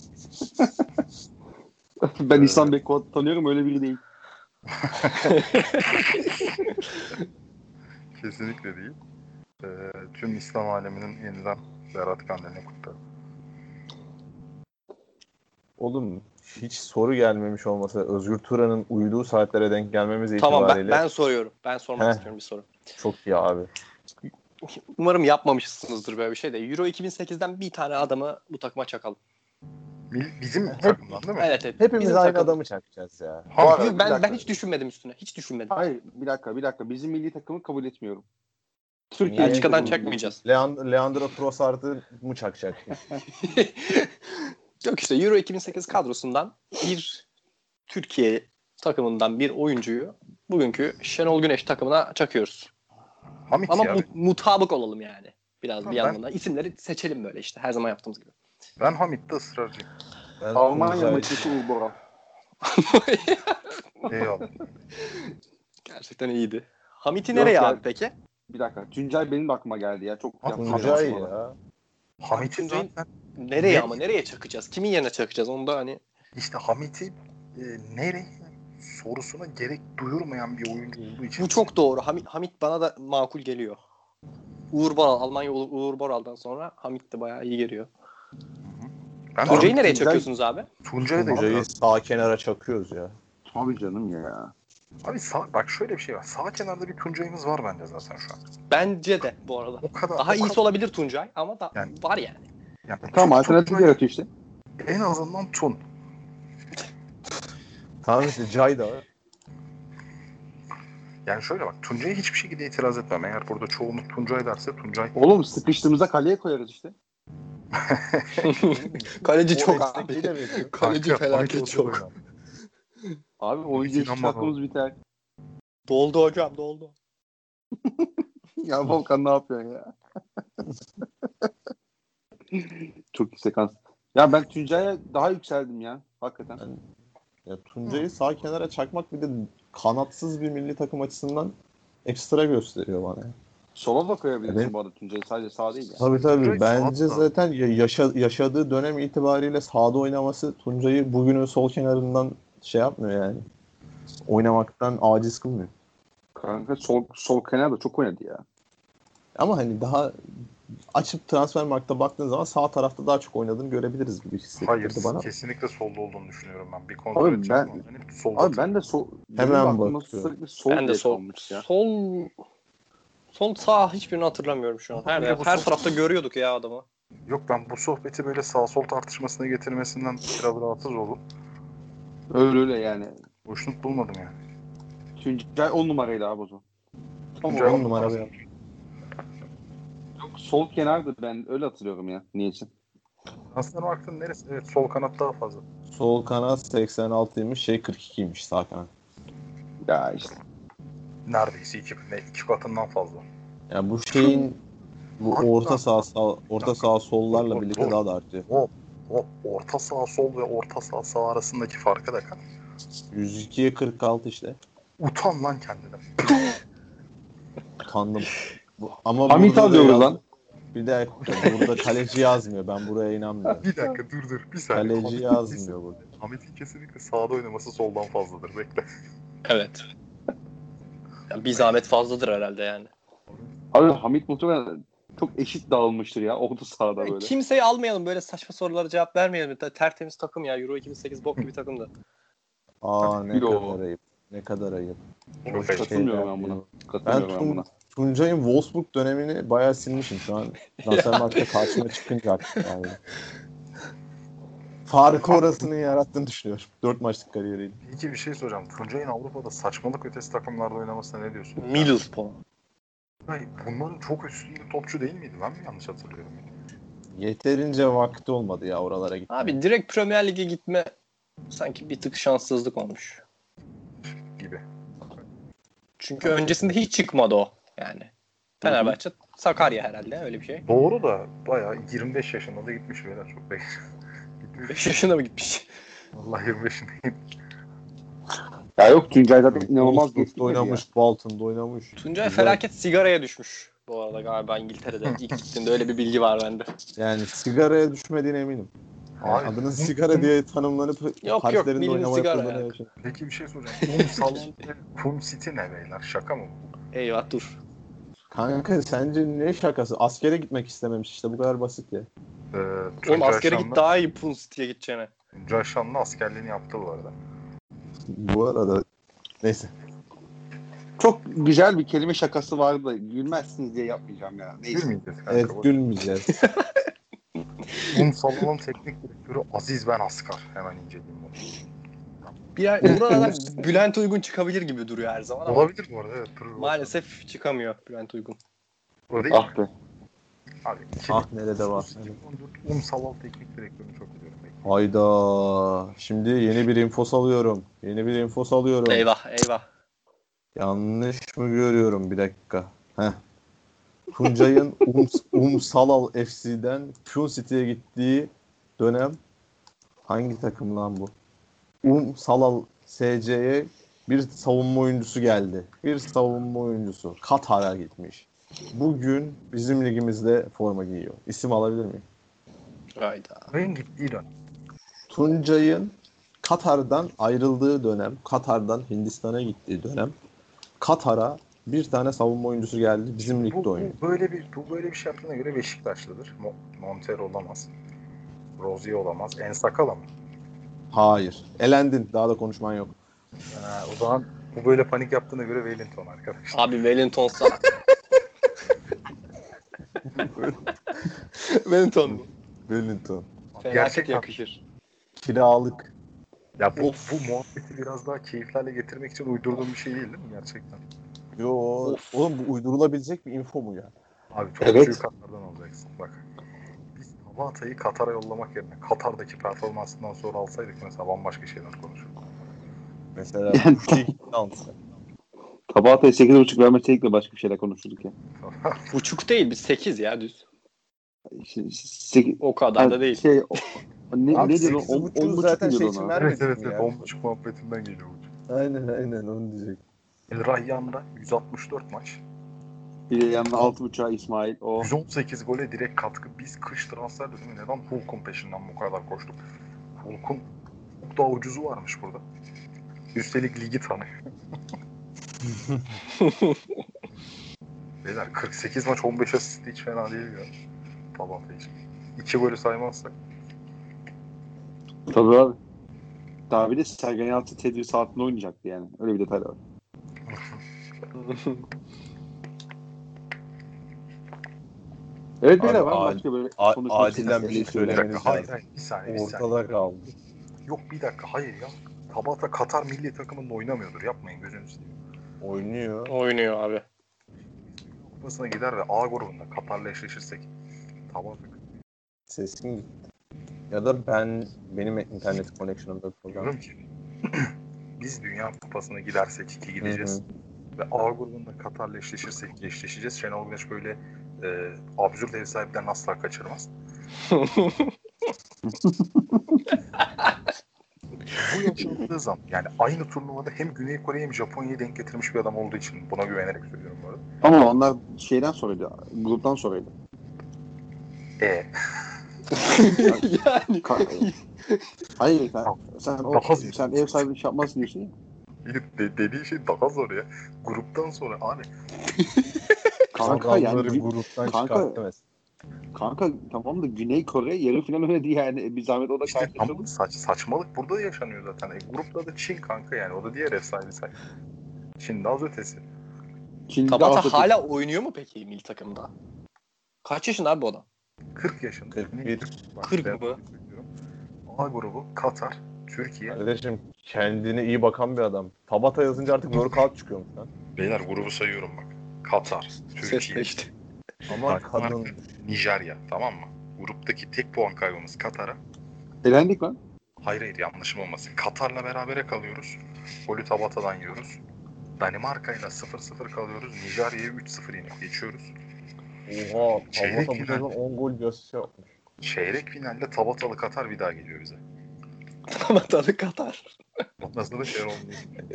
Ben Ee, İslam Bekkuat'ı tanıyorum öyle biri değil. Kesinlikle değil. Ee, tüm İslam aleminin yeniden Berat Kandilini kutlarım. Oğlum hiç soru gelmemiş olmasa Özgür Turan'ın uyuduğu saatlere denk gelmemiz Tamam ben, itibariyle ben soruyorum. Ben sormak Heh. istiyorum bir soru. çok iyi abi. Umarım yapmamışsınızdır böyle bir şey de. Euro iki bin sekizden bir tane adamı bu takıma çakalım. Mil- Bizim takımdan değil mi? Evet evet. Hepimiz Bizim aynı takım. adamı çakacağız ya. Hamit. Abi, bir Ben, dakika. ben hiç düşünmedim üstüne. Hiç düşünmedim. Hayır bir dakika bir dakika. Bizim milli takımı kabul etmiyorum. Türkiye Belçika'dan milli takımı. çakmayacağız. Leand- Leandro Trossard'ı mı çakacak? Yok işte Euro iki bin sekiz kadrosundan bir Türkiye takımından bir oyuncuyu bugünkü Şenol Güneş takımına çakıyoruz. Hamit Ama ya. mu- mutabık olalım yani. Biraz Ha, bir ben- yandan. İsimleri seçelim böyle işte her zaman yaptığımız gibi. Ben Hamit'te ısrarcıyım. Ben Almanya Tuncay- maçındaki Uğur Boral. Eyvallah. Gerçekten iyiydi. Hamit'i Yok nereye ya. abi peki? Bir dakika. Tuncay benim de aklıma geldi ya. Çok Ha, yapmış Tuncay aslında. ya. Hamit'in Tuncay'ın- zaten Nereye Ne- ama nereye çakacağız? Kimin yerine çakacağız? Onu da hani işte Hamit'i e, nereye sorusuna gerek duyurmayan bir oyuncu olduğu için. bu çok doğru. Hamit, Hamit bana da makul geliyor. Uğur Boral, Almanya Uğur Uğur Boral'dan sonra Hamit de bayağı iyi geliyor. Ben Tuncay'ı Hamit- nereye Tuncay- çakıyorsunuz abi? Tuncay'ı da Tuncay'ı sağ kenara çakıyoruz ya. Tabii canım ya. Abi sağ, bak şöyle bir şey var. Sağ kenarda bir Tuncay'ımız var bence zaten şu an. Bence de bu arada. O kadar. Daha o iyisi kadar, olabilir Tuncay ama da Yani- var yani. yani Tamam Tun- alternatif Tuncay yaratıyor işte. en azından Tun. Tamam işte Cay da var. Yani şöyle bak, Tuncay'a hiçbir şekilde itiraz etmem. Eğer burada çoğunluk Tuncay derse Tuncay... Oğlum sıkıştığımızda kaleye koyarız işte. Kaleci O çok esnekliği abi. de veriyor. Kaleci Kanka, felaket Hamit çok. Orta Abi oyuncu eşit inanmadım. hakkımız biter. Doldu hocam doldu. Ya Volkan ne yapıyorsun ya? Çok iyi sekans. Ya ben Tuncay'a daha yükseldim ya. Hakikaten. Yani, ya Tuncay'ı sağ kenara çakmak bir de kanatsız bir milli takım açısından ekstra gösteriyor bana. Sola da koyabilirsin Evet. bu arada Tuncay'ı. Sadece sağ değil ya. Tabii tabii. Tuncay Bence sağda. zaten ya- yaşa, yaşadığı dönem itibariyle sahada oynaması Tuncay'ı bugünün sol kenarından şey yapmıyor yani. Oynamaktan aciz kılmıyor. Kanka sol, sol kenarda çok oynadı ya. Ama hani daha açıp Transfermarkt'a baktığın zaman sağ tarafta daha çok oynadığını görebiliriz gibi Hayır, hissettirdi bana. kesinlikle solda olduğunu düşünüyorum ben. Bir kontrol Abi edeceğim ben- ama benim solda. Abi ben de sol... Hemen benim aklımda bakıyorum. sürekli sol Ben de diye sol, kalmış ya. sol, sol sağ hiçbirini hatırlamıyorum şu an. Her, Bence bu her sol- tarafta görüyorduk ya adamı. Yok, ben bu sohbeti böyle sağ sol tartışmasına getirmesinden biraz rahatsız oldum. Öyle öyle yani. Hoşnut bulmadım yani. Tuncay on numaraydı abi o zaman. Tam Tuncay olarak on numara numarası. bir- Yok, sol kenardı ben öyle hatırlıyorum ya. Niyeyse. Transfermarkt'ın neresi? Evet, sol kanat daha fazla. Sol kanat seksen altıymış, şey kırk ikiymiş sağ kanat. Ya işte. Neredeyse iki, ne, iki katından fazla. Yani bu şeyin bu orta sağ, sağ orta sağ sollarla birlikte daha da artıyor. O, o orta sağ sol ve orta sağ sağ arasındaki farkı da kan. yüz ikiye kırk altı işte. Utan lan kendine. Utandım. Bu, ama Hamit burada da alıyoruz yaz- lan. Bir dakika, burada kaleci yazmıyor. Ben buraya inanmıyorum. Bir dakika dur dur bir saniye. Kaleci Hamit'in yazmıyor burada. kesin- Hamit'in kesinlikle sağda oynaması soldan fazladır. Bekle. Evet. Yani bir zahmet fazladır herhalde yani. Abi Hamit muhtemelen çok eşit dağılmıştır ya. Orta sahada Yani böyle. kimseyi almayalım, böyle saçma sorulara cevap vermeyelim. Tertemiz takım ya. Euro iki bin sekiz bok gibi takımdı. Aa ne Yo. kadar ayıp. Ne kadar ayıp. Çok Şey Katılmıyorum ben yapıyor. buna. Ben Katılmıyorum ben Tun- buna. Tuncay'ın Wolfsburg dönemini bayağı silmişim şu an. Transfermarkt'ta karşıma çıkınca artık yani. Farkı orasının yarattığını düşünüyorum. dört maçlık kariyeriyle. İki bir şey soracağım. Tuncay'ın Avrupa'da saçmalık ötesi takımlarda oynamasına ne diyorsun? Middlesbrough. Hayır, bunların çok üstünde topçu değil miydi? Ben mi yanlış hatırlıyorum? Yeterince vakti olmadı ya oralara gitmeye. Abi direkt Premier Lig'e gitme sanki bir tık şanssızlık olmuş. Gibi. Çünkü öncesinde hiç çıkmadı o yani. Fenerbahçe, Sakarya herhalde öyle bir şey. Doğru da bayağı yirmi beş yaşında da gitmiş beyler, çok belli. beş yaşında mı gitmiş? Vallahi yirmi beşindeyim. Ya yok Tuncay zaten inanılmaz Wolfsburg'da geçti ya. oynamış, Bolton'da oynamış. Tuncay Güzel. felaket sigaraya düşmüş. Bu arada galiba İngiltere'de. İlk gittiğinde öyle bir bilgi var bende. Yani sigaraya düşmediğine eminim. Yani Hayır. adının sigara diye tanımlanıp yok, harflerinde bildiğin oynama sigara yapıldığını ya. yaşadım. Peki bir şey soracağım. Kum Salon ve Kum City ne beyler? Şaka mı bu? Eyvah dur. Kanka sence ne şakası? Askere gitmek istememiş işte bu kadar basit ya. Ee, Oğlum Tuncay askere Şanlı- git daha iyi Pun City'ye gideceğine. Tuncay Şanlı askerliğini yaptı bu arada. Bu arada neyse. Çok güzel bir kelime şakası vardı da gülmezsiniz diye yapmayacağım ya. Neyse. Gülmeyeceğiz kanka. Evet boş. gülmeyeceğiz. Kum Salon'un teknik direktörü Aziz Ben Askar. Hemen inceleyeyim bunu. Bir yer, buralardan Bülent Uygun çıkabilir gibi duruyor her zaman ama Olabilir bu arada. Evet, durur. maalesef çıkamıyor Bülent Uygun. O değil. Ah be. Abi, Ah nerede var. Um Salon teknik direktörünü çok biliyorum. Hayda. Şimdi yeni bir info salıyorum. Yeni bir info salıyorum. Eyvah eyvah. Yanlış mı görüyorum? Bir dakika. Heh. Tuncay'ın um, um Salal F C'den Pune City'ye gittiği dönem hangi takım lan bu? Um Salal S C'ye bir savunma oyuncusu geldi. Bir savunma oyuncusu. Katar'a gitmiş. Bugün bizim ligimizde forma giyiyor. İsim alabilir miyim? Hayda. Benim gittiği dönem. Tuncay'ın Katar'dan ayrıldığı dönem, Katar'dan Hindistan'a gittiği dönem, Katar'a bir tane savunma oyuncusu geldi. Bizim ligde Bu, oynuyor. bu böyle bir bu böyle bir şey yaptığına göre Beşiktaşlıdır. Mo- Montero olamaz. Rozier olamaz. Ensakala mı? Hayır. Elendin. Daha da konuşman yok. Ha, o zaman bu böyle panik yaptığına göre Wellington arkadaşlar. Abi Wellington'sa. Wellington mu? Wellington. Felaket Gerçekten. yakışır. Kiralık. Ya bu, Of. bu muhabbeti biraz daha keyiflerle getirmek için uydurduğum bir şey değil değil mi gerçekten? Yo, Of. oğlum bu uydurulabilecek bir info mu ya? Abi çok Evet. büyük hatlardan olacaksın. Bak. Biz Tabata'yı Katar'a yollamak yerine Katar'daki performansından sonra alsaydık mesela bambaşka şeyler konuşurduk. Mesela Yani- bu şey alsa. Tabata'ya sekiz buçuk vermeseydik de başka bir şeyler konuşurduk ya. Buçuk değil, biz sekiz ya düz. İşte, sekiz, O kadar da değil. Şey, o, ne, Abi ne diyor? sekiz On, buçuğu on buçuk zaten mu şey diyordu için ona? ver- evet Vermedik evet mi evet. ya? on buçuk muhabbetinden geliyor bu. Aynen aynen onu diyecek. El Rayyan'da yüz altmış dört maç. Bir de yanına altı buçuğa İsmail. O. yüz on sekiz gole direkt katkı. Biz kış transfer dönemi neden Hulk'un peşinden bu kadar koştuk? Hulk'un çok daha ucuzu varmış burada. Üstelik ligi tanıyor. Beyler kırk sekiz maç on beş asist hiç fena değil ya. Tabata için. İki golü saymazsak. Tabii abi. Daha bir de Sergen Yalçın tedbir saatinde oynayacaktı yani. Öyle bir detay da var. Evet Abi, beyler ben ad- başka böyle a- konuşmak acilen bir şey istediğim Bir söylemeniz dakika hayır lazım. hayır bir saniye bir saniye. Ortada kaldı. Yok bir dakika hayır ya. Tabata Katar milli takımında oynamıyordur. Yapmayın gözünüzü seveyim. Oynuyor. Oynuyor abi. Kupasına gider ve A grubunda Katar'la eşleşirsek Tabata Sesin gitti. Ya da ben benim internet connection'ımda problem. diyorum ki biz Dünya Kupası'na gidersek ki gideceğiz. Hı Ve A grubunda Katar'la eşleşirsek ki eşleşeceğiz. Şenol Güneş böyle e, absürt ev sahiplerini asla kaçırmaz. Bu yaşandığı zaman yani aynı turnuvada hem Güney Kore'yi hem Japonya'yı denk getirmiş bir adam olduğu için buna güvenerek söylüyorum bu arada. Ama onlar şeyden sonraydı. Gruptan sonraydı. E yani Ka- Hayır sen, sen, o, Daha zor. sen ev sahibi iş yapmazsın diyorsun ya. de, dediği şey daha zor ya. Gruptan sonra abi Kanka yani Adamları gü- gruptan kanka- çıkarttı mesela. kanka tamam da Güney Kore yarı final oynadı yani. Bir zahmet o da işte karşılaşalım. ama saç, saçmalık burada da yaşanıyor zaten. E, grupta da Çin kanka yani. O da diğer ev sahibi say. Çin de az ötesi. Çin'de Tabata Atatürk. hala oynuyor mu peki milli takımda? Kaç yaşında abi bu adam? kırk yaşında. kırk bir. Bak, kırk ben mı? söylüyorum. A grubu Katar, Türkiye. Kardeşim kendine iyi bakan bir adam. Tabata yazınca artık workout çıkıyor mu lan? Beyler grubu sayıyorum bak. Katar, Ses Türkiye, değişti. Ama Danimarka, kadın Nijerya, tamam mı? Gruptaki tek puan kaybımız Katar'a. Elendik lan. Hayır hayır yanlışım olmasın. Katar'la berabere kalıyoruz. Golü Tabata'dan yiyoruz. Danimarka'yla sıfır sıfır kalıyoruz. Nijerya'yı üç sıfır yenip geçiyoruz. oha Çeyrek Tabata bu final. sezon on gol bir asist yapmış. Çeyrek finalde Tabatalı Katar bir daha geliyor bize. Tabatalı Katar. Nasıl da şey olmuyor.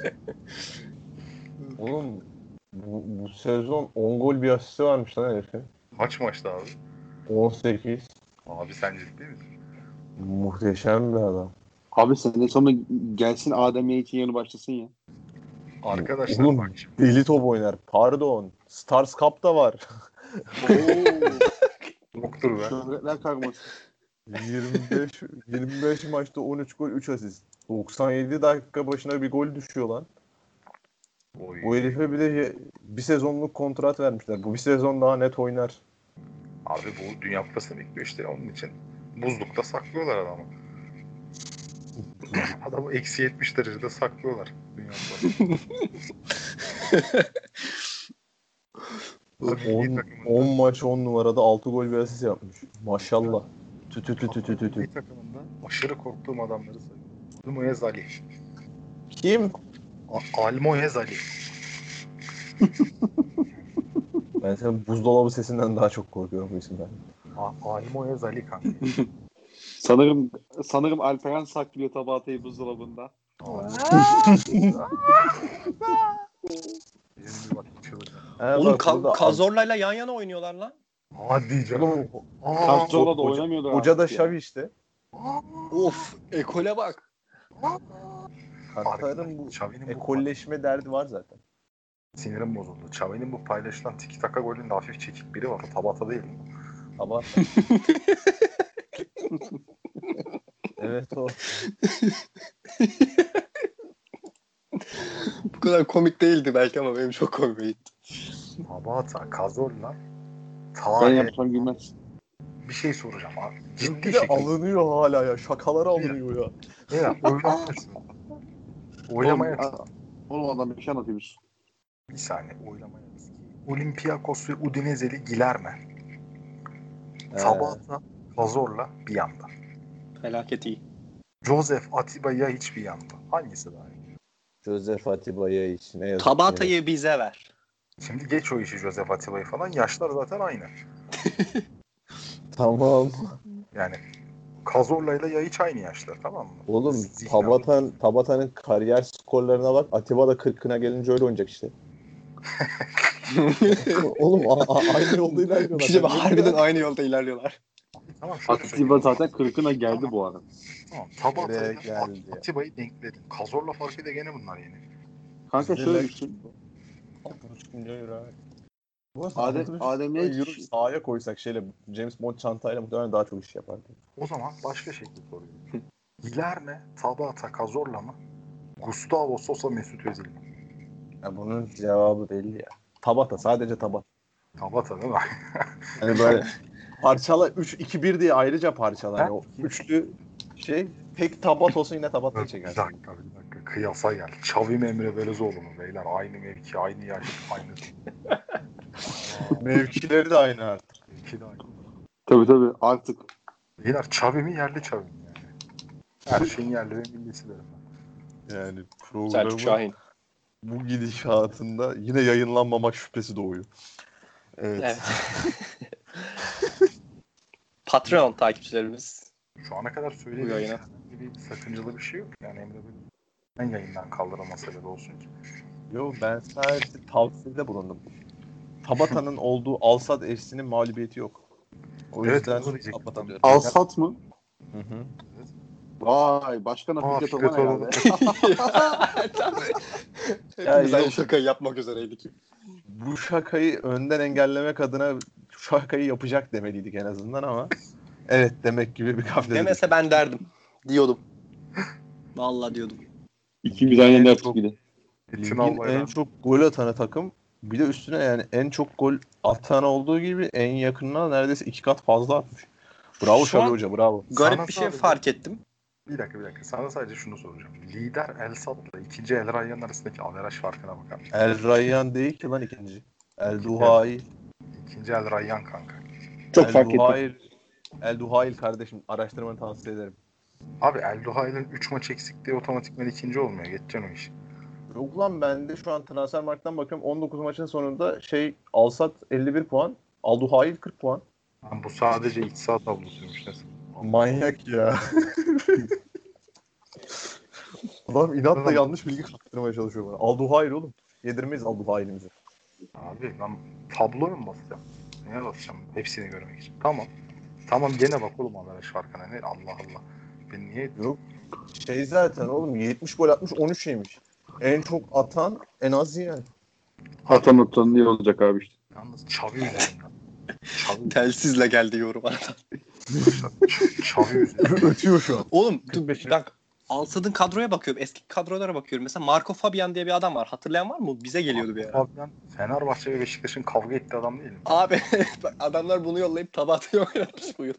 Oğlum bu, bu sezon on gol bir asisti varmış lan herifin. Kaç maçta abi? on sekiz. Abi sen ciddi misin? Muhteşem bir adam. Abi sene sonra gelsin Adem için yanı başlasın ya. Arkadaşlar Oğlum bak şimdi. deli top oynar. Pardon. Stars Cup da var. Yoktur be. Şöhretler karması. yirmi beş yirmi beş maçta on üç gol üç asist. doksan yedi dakika başına bir gol düşüyor lan. Oy. Bu herife bir de bir sezonluk kontrat vermişler. Bu bir sezon daha net oynar. Abi bu Dünya Kupası'nı bekliyor işte onun için. Buzlukta saklıyorlar adamı. Adamı eksi yetmiş derecede saklıyorlar Dünya Kupası'nda. on, on maç on numarada altı gol bir asist yapmış. Maşallah. Tü tü tü tü tü tü tü. Bir takımında aşırı korktuğum adamları sayıyorum. Almoyez Ali. Kim? A- Almoyez Ali. Ben senin buzdolabı sesinden daha çok korkuyorum bu isimden. A- Almoyez Ali kanka. Sanırım sanırım Alperen saklıyor Tabata'yı buzdolabında. Bizim bir bak çılacak. He, Oğlum bak Ka- burada Kazorla'yla yan yana oynuyorlar lan. Hadi canım. Oğlum, Aa, Castro da hoca- oynamıyordu hoca da artık ya. Xavi işte. Of, ekole bak. Katar'ın bu Xavi'nin bu ekolleşme derdi var zaten. sinirim bozuldu. Xavi'nin bu paylaşılan tiki taka golünde hafif çekik biri var. O Tabata değil mi? Ama evet o. Bu kadar komik değildi belki ama benim çok komik gitti. Tabata, Cazorla, Ben Tahe. yapsam gülmez. Bir şey soracağım abi. Ciddi Bir de şekilde. alınıyor hala ya. Şakalara alınıyor ya. Ya oynamasın. Oylamaya Oğlum, oğlum adam bir şey anlatıyoruz. Bir saniye oylamaya ki. Olympiakos ve Udinese'li Gilerme. Ee, Tabata Cazorla bir yanda. Felaket iyi. Joseph Atiba ya hiç bir yanda. Hangisi daha iyi? Joseph Atiba'ya hiç ne yazık ki. Tabata'yı bize ver. Şimdi geç o işi Joseph Atiba'yı falan. Yaşlar zaten aynı. Tamam. Yani Cazorla ile ya hiç aynı yaşlar, tamam mı? Oğlum Zihni Tabatan, Tabata'nın kariyer skorlarına bak. Atiba da kırkına gelince öyle oynayacak işte. Oğlum a- a- aynı yolda ilerliyorlar. Bir şey Sen harbiden niye- aynı yolda ilerliyorlar. Tamam, şöyle Atiba söyleyeyim. zaten kırkına geldi bu arada. Tamam. Nereye Tabata'yla geldi ya? Atiba'yı denkledin. Kazorla farkı da gene bunlar yeni. Kanka Bize şöyle de- düşün. altı buçuk milyon euro abi. Bu arada Adem- altı buçuk Adem'e milyon euro hiç- sahaya koysak şeyle James Bond çantayla muhtemelen daha çok iş yapardı. O zaman başka şekilde soruyorum. Gilerme, Tabata, Cazorla mı? Gustavo Sosa, Mesut Özil mi? Ya bunun cevabı belli ya. Tabata, sadece Tabata. Tabata değil mi? Hani böyle parçala üç iki bir diye ayrıca parçala. Hani Ha? o üçlü şey tek Tabat olsun yine Tabat'la bir çekersin. dakika, bir dakika. Kıyasa gel. Xavi mi, Emre Belözoğlu mu beyler? Aynı mevki, aynı yaş, aynı. Mevkileri de aynı artık. İki de aynı. Tabii tabii artık. Beyler Xavi mi, yerli Xavi mi yani? Her şeyin yerli ve millisi derim ben. Yani Selçuk programı Şahin. bu gidişatında yine yayınlanmamak şüphesi doğuyor. Evet. Evet. Patreon takipçilerimiz. Şu ana kadar Bu söylediğim yayına. bir sakıncalı bir şey yok. Yani Emre Belözoğlu ben yayından kaldırılmasa bile olsun ki. Yo, ben sadece tavsiyede bulundum. Tabata'nın olduğu Alsat F C'nin mağlubiyeti yok. O Evet, yüzden onu diyecektim. Tabata diyorum. Alsat mı? Hı hı. Vay başkan Aa, Fikret Fikret Orman Orman. herhalde. Hepimiz Ya, aynı yok. şakayı yapmak üzereydik. Bu şakayı önden engellemek adına şu şakayı yapacak demeliydik en azından ama evet demek gibi bir kafede. Demese ben derdim. Diyordum. Vallahi diyordum. İkimiz aynı anda En yaptık çok- bir de. Metin Ligin Albayrak. en çok gol atanı takım. Bir de üstüne yani en çok gol atan olduğu gibi en yakınına neredeyse iki kat fazla atmış. Bravo Şu Şabi an- Hoca, bravo. Garip Sana bir şey sadece- fark ettim. Bir dakika bir dakika. Sana sadece şunu soracağım. Lider El Sad'la ikinci El Rayyan arasındaki averaj farkına bakar mısın? El Rayyan değil ki lan ikinci. El Duhai. İkinci El Rayyan kanka. Çok El fark ettim. Duhail. El Duhail kardeşim, araştırmanı tavsiye ederim. Abi El Duhail'in üç maç eksikliği otomatikman ikinci olmuyor. Geçeceksin o işi. Yok lan, ben de şu an Transfermarkt'tan bakıyorum, on dokuz maçın sonunda şey Alsat elli bir puan, Al Duhail kırk puan. Lan bu sadece iç saha tablosuymuş. Nasıl? Manyak ya. Adam inatla yanlış bilgi kaptırmaya çalışıyor bana. Al Duhail oğlum. Yedirmeyiz Al Duhail'imizi. Abi lan tabloya mı basacağım? Neye basacağım? Hepsini görmek için. Tamam. Tamam gene bak oğlum averaj farkına. Ne? Allah Allah. Ben niye... Yok. Şey zaten oğlum yetmiş gol atmış, on üç yemiş. En çok atan en az yiyen. Atan atan iyi olacak abi işte. Yalnız Xavi üzerinden. Xavi Telsizle geldi yorum arada. Xavi üzerinden. Ötüyor şu an. Oğlum dur kırk beş bir dakika. Alsad'ın kadroya bakıyorum. Eski kadrolara bakıyorum. Mesela Marco Fabian diye bir adam var. Hatırlayan var mı? Bize geliyordu bir ara. Fabian Fenerbahçe ve Beşiktaş'ın kavga ettiği adam değil mi? Abi bak adamlar bunu yollayıp Tabata'yı oynatmış bu yıl.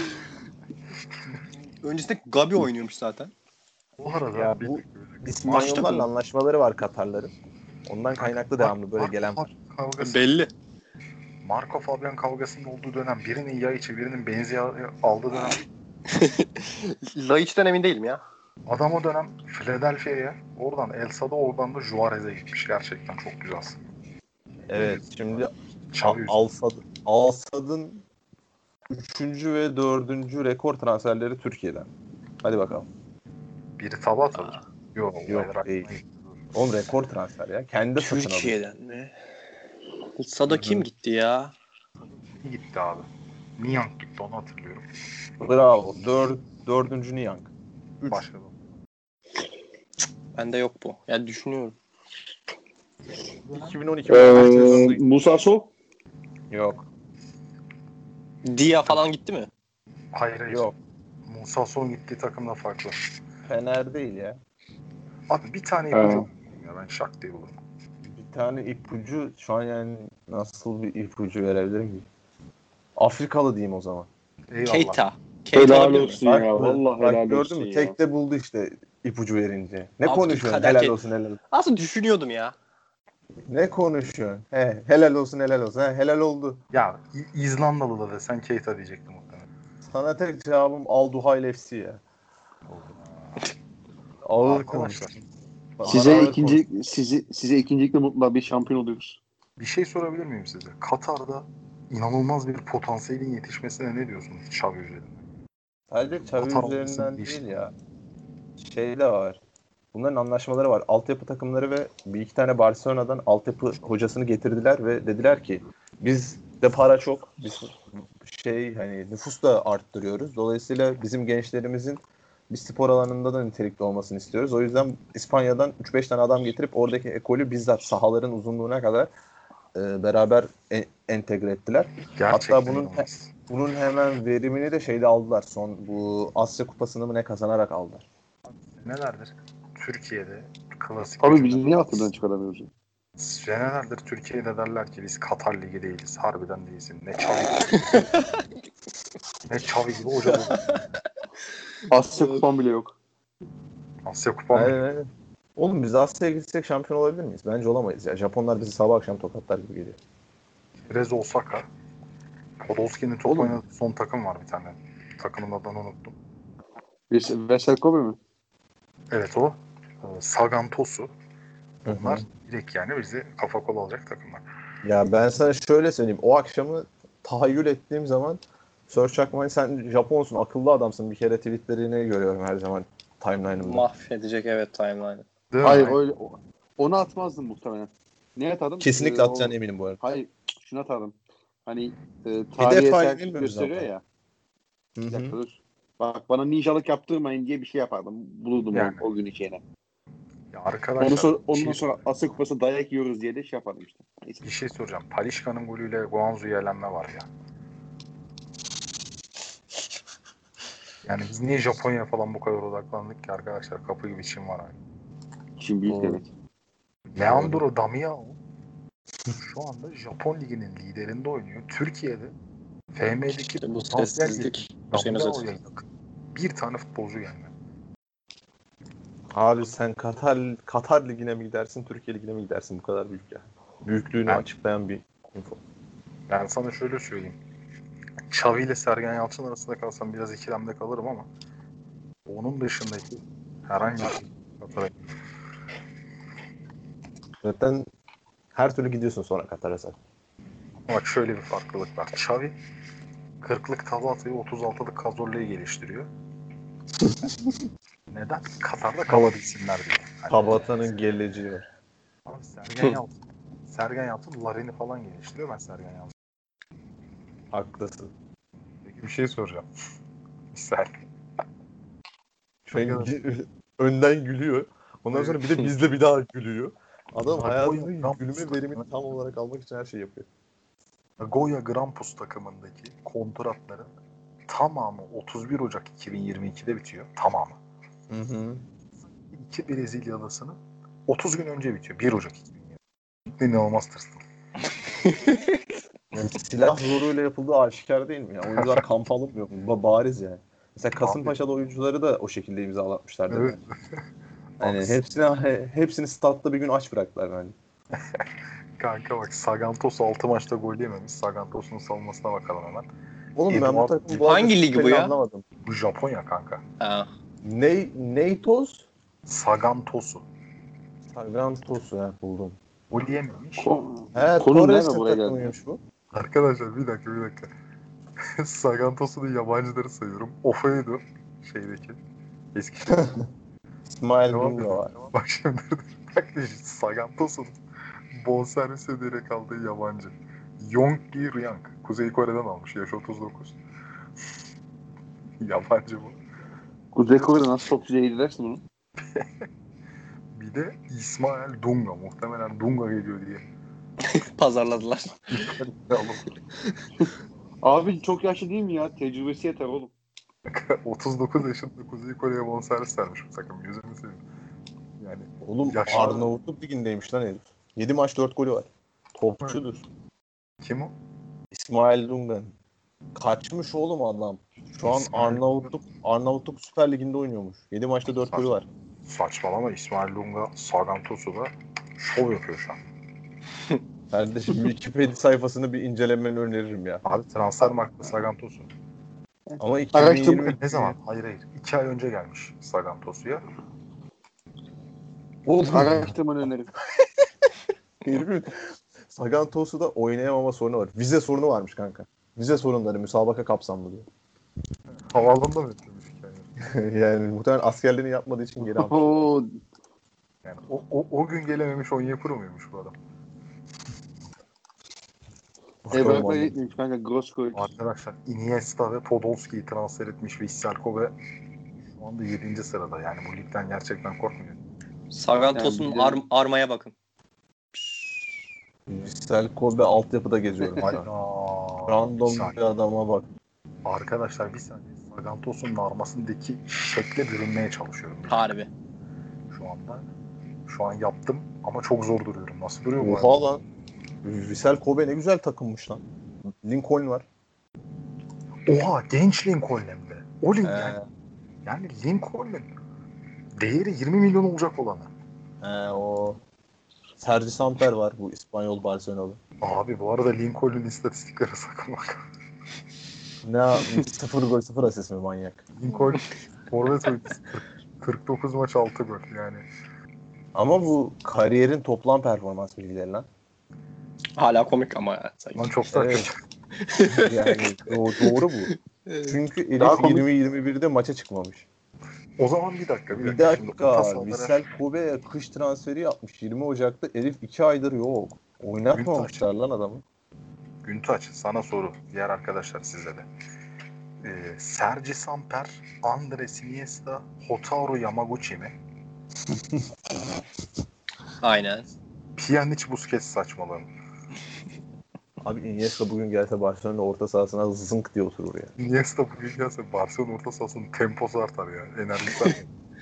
Öncesinde Gabi oynuyormuş zaten. O arada Ya bir bu- dakika, bir dakika. İspanyollarla anlaşmaları var Katarların. Ondan kaynaklı devamlı böyle Marco gelen. Fabian kavgası. Belli. Marco Fabian kavgasının olduğu dönem birinin yağ içi birinin benzin yağı aldığı dönem. Laiç'ten emin değilim ya. Adam o dönem Philadelphia'ya oradan El Sad'a oradan da Juarez'e gitmiş. Gerçekten çok güzel. Evet, şimdi Xavi üzerinden. Alsad, Alsad'ın üçüncü ve dördüncü rekor transferleri Türkiye'den. Hadi bakalım. Biri Tabata alır. Yok, Yok, olaylar değil. aklıma gitti. Oğlum rekor transfer ya. Kendi satın alıyor. Türkiye'den mi? Sada kim gitti ya? İyi gitti abi. Niang gitti onu hatırlıyorum. Bravo. Dör, dördüncü Niang. Üç. Başka da. Bende yok bu. Ya düşünüyorum. iki bin on iki Ee, Musa Sow? Yok. Dia falan gitti mi? Hayır hayır. Yok. Musa Son gittiği takımda farklı. Fener değil ya. Abi bir tane Ha. ipucu ya ben şak diye bulurum. Bir tane ipucu şu an yani nasıl bir ipucu verebilirim ki? Afrikalı diyeyim o zaman. Eyvallah. Keita. Keita Helal olabilir mi? olsun ya. Vallahi bak, helal gördün olsun mü? ya. Tek de buldu işte ipucu verince. Ne Abdülkader konuşuyorsun? Helal Keita. olsun helal olsun. Aslında düşünüyordum ya. Ne konuşuyorsun? He, helal olsun helal olsun. He, helal oldu. Ya İ- İzlandalı da desen Keita diyecektim muhtemelen. Sana tek cevabım Alduhail F C ya. Ağır konuş. Arkadaşlar Bana Size ağır ikinci konuş. sizi size ikincilikle mutlu bir şampiyon oluyoruz. bir şey sorabilir miyim size? Katar'da inanılmaz bir potansiyelin yetişmesine ne diyorsunuz Xavi üzerinde? Sadece Xavi Katar üzerinden olmasın değil işte. ya. Şey de var. Bunların anlaşmaları var. Altyapı takımları ve bir iki tane Barcelona'dan altyapı hocasını getirdiler ve dediler ki biz de para çok. Biz şey hani nüfus da arttırıyoruz. Dolayısıyla bizim gençlerimizin bir spor alanında da nitelikli olmasını istiyoruz. O yüzden İspanya'dan üç beş tane adam getirip oradaki ekolü bizzat sahaların uzunluğuna kadar e, beraber e- entegre ettiler. Gerçekten Hatta bunun inanılmaz. bunun hemen verimini de şeyde aldılar. Son bu Asya Kupası'nı mı ne kazanarak aldılar. Senelerdir Türkiye'de klasik bir Abi cümle. biz niye aklından çıkaramıyoruz? ya? Senelerdir Türkiye'de derler ki biz Katar Ligi değiliz. Harbiden değilsin. Ne Xavi ne Xavi gibi hoca bu. Asya kupam bile yok. Asya Kupam Aynen, aynen. Oğlum biz Asya'ya gitsek şampiyon olabilir miyiz? Bence olamayız ya. Japonlar bizi sabah akşam tokatlar gibi geliyor. Rezo Osaka. Podolski'nin top Oğlum. oynadığı son takım var bir tane. Takımın adını unuttum. Ves- Vesel Kobe mi? Evet o. Ee, Sagan Tosu. Hı Bunlar hı. direkt yani bizi kafa kola alacak takımlar. Ya ben sana şöyle söyleyeyim. O akşamı tahayyül ettiğim zaman Sir Çakmay sen Japonsun, akıllı adamsın. Bir kere tweetlerini görüyorum her zaman timeline'ımda. Mahvedecek evet timeline'ı. Değil mi? Hayır Aynen. öyle. o- Onu atmazdım muhtemelen. Ne atardım? Kesinlikle Ee, atacağına o- eminim bu arada. Hayır şunu atardım. Hani e, Bir tarihi defa eser yenilmiyoruz gösteriyor ama. ya. Hı Bir hı. dakika dur. Bak bana ninjalık yaptırmayın diye bir şey yapardım. Bulurdum Yani. o, o gün içine. Ya Ondan arkadaşlar sonra, bir ondan şey, sonra Asya Kupası dayak yiyoruz diye de şey yapardım işte. Neyse. bir şey soracağım. Palişka'nın golüyle Guangzhou'yu elenme var ya. Yani biz niye Japonya falan bu kadar odaklandık ki arkadaşlar? Kapı gibi Çin var abi. Çin büyük Doğru. devlet. Leandro Damiao şu anda Japon Ligi'nin liderinde oynuyor. Türkiye'de F M'deki İşte bu potansiyel sessizlik Hüseyin Damiao'ya Özel. yakın bir tane futbolcu gelmiyor. Abi sen Katar Katar Ligi'ne mi gidersin, Türkiye Ligi'ne mi gidersin? Bu kadar büyük ya. Büyüklüğünü Ben- açıklayan bir info. Ben sana şöyle söyleyeyim. Xavi ile Sergen Yalçın arasında kalsam biraz ikilemde kalırım ama onun dışındaki herhangi bir şey Katar'a Zaten her türlü gidiyorsun sonra Katar'a sen. bak şöyle bir farklılık var. Xavi kırklık Talata'yı otuz altılık Cazorla'yı geliştiriyor. Neden? Katar'da kalabilsinler diye. Hani, Tabata'nın geleceği var. abi Sergen Yalçın Sergen Yalçın Larin'i falan geliştiriyor. Ben Sergen Yalçın. Haklısın. Peki bir şey soracağım. Sen Ben önden gülüyor. Ondan sonra bir de bizde bir daha gülüyor. Adam hayatının Nagoya gülme Grampus verimini takımı- tam olarak almak için her şeyi yapıyor. Nagoya Grampus takımındaki kontratların tamamı otuz bir Ocak iki bin yirmi ikide bitiyor. Tamamı. Hı hı. İki Brezilyalısının otuz gün önce bitiyor. bir Ocak iki bin yirmi. İnanılmaz tırstım. Yani silah zoruyla yapıldığı aşikar değil mi? Ya? Oyuncular kamp alınmıyor mu? Ba- Bariz yani. Mesela Kasımpaşa'da oyuncuları da o şekilde imzalatmışlardı. Evet. Hani Abi, hepsini he- hepsini statta bir gün aç bıraktılar hani. kanka bak Sagantos altı maçta gol yememiş. Sagantos'un savunmasına bakalım hemen. Oğlum ben bu Eduard- takımın bu arada Hangi ligi bu şüphelini ya? anlamadım. Bu Japonya kanka. Ha. Ney Neytoz? Sagantos'u. Sagrantos'u ha buldum. Gol yememiş. Ko- He Konu nerede Torres'in buraya geldi? takımıymış bu. Arkadaşlar bir dakika bir dakika. Sagantos'u yabancıları sayıyorum. Ofe'ydu şeydeki. Eski İsmail Devam Dunga edelim. var. Bak şimdi bak Sagantos'un bonservis ederek aldığı yabancı. Yonggi Ryang. Kuzey Kore'den almış. Yaş otuz dokuz. Yabancı bu. Kuzey Kore'de nasıl topçuya gidersin bunu? Bir de İsmail Dunga. Muhtemelen Dunga geliyor diye. Pazarladılar. Alıp Abi çok yaşlı değil mi ya? Tecrübesi yeter oğlum. otuz dokuz yaşında Kuzey Kore'ye bonservis vermiş bu takım. Yüzünü seveyim. Yani Oğlum yaşlı Arnavutluk ligindeymiş lan herif. yedi maç dört golü var. Topçudur. kim o? İsmail Dunga. Kaçmış oğlum adam. Şu an İsmail Arnavutluk Arnavutluk Süper Ligi'nde oynuyormuş. yedi maçta dört golü var. Saçmalama İsmail Dunga Sagantos'u da şov yapıyor şu an. Kardeşim Wikipedia sayfasını bir incelemeni öneririm ya. Abi transfer markası Sagantosu. Ama iki bin yirmi Araştırma- Ne zaman? Hayır hayır. İki ay önce gelmiş Sagantosu'ya. Oğlum Araştırmanı öneririm. herifin Sagantosu'da oynayamama sorunu var. Vize sorunu varmış kanka. Vize sorunları müsabaka kapsamlı diyor. Havaalanında mı ötürmüş hikaye? Yani muhtemelen askerliğini yapmadığı için geri almış. Oo, Yani o, o, o gün gelememiş Onyekuru muymuş bu adam? Evraklar Vallahi. yetmemiş kanka. Groskoy. Arkadaşlar Iniesta ve Podolski'yi transfer etmiş Vissel Kobe şu anda yedinci sırada. Yani bu ligden gerçekten korkmuyor. Sagantos'un Yani bir de- ar- armaya bakın. Vissel Kobe altyapıda geziyorum şu an. Hayda. Random Bir saniye. bir adama bak. Arkadaşlar bir saniye. Sagantos'un armasındaki şekle bürünmeye çalışıyorum. Harbi. Şu anda. Şu an yaptım ama çok zor duruyorum. Nasıl duruyor bu? Oha lan. Vissel Kobe ne güzel takılmış lan. Lincoln var. Oha genç Lincoln hem de. O Lincoln. Ee, Yani, yani Lincoln'un değeri yirmi milyon olacak olanı. he, o Sergi Samper var bu İspanyol Barcelona'lı. Abi bu arada Lincoln'un istatistikleri sakın bak. Ne yapmış? Sıfır gol sıfır asist mi manyak? Lincoln forvet oyuncusu kırk dokuz maç altı gol yani. Ama bu kariyerin toplam performans bilgileri lan. Hala komik ama ya. sanki. Lan çok saçma. Evet. Yani doğru, doğru bu. Çünkü Daha Elif komik. yirmi yirmi birde maça çıkmamış. O zaman bir dakika bir Bir dakika. Şimdi orta dakika. sahalara- Vissel Kobe kış transferi yapmış yirmi Ocak'ta. Elif iki aydır yok. Oynatmamışlar lan adamı. Güntaç sana soru. Diğer arkadaşlar size de. Ee, Sergi Samper, Andres Iniesta, Hotaru Yamaguchi mi? Aynen. Pjanic Busquets saçmalığı mı? Abi Iniesta bugün gelse Barcelona orta sahasına zınk diye oturur ya. Iniesta bugün gelse Barcelona orta sahasının temposu artar ya. Enerjisi artar.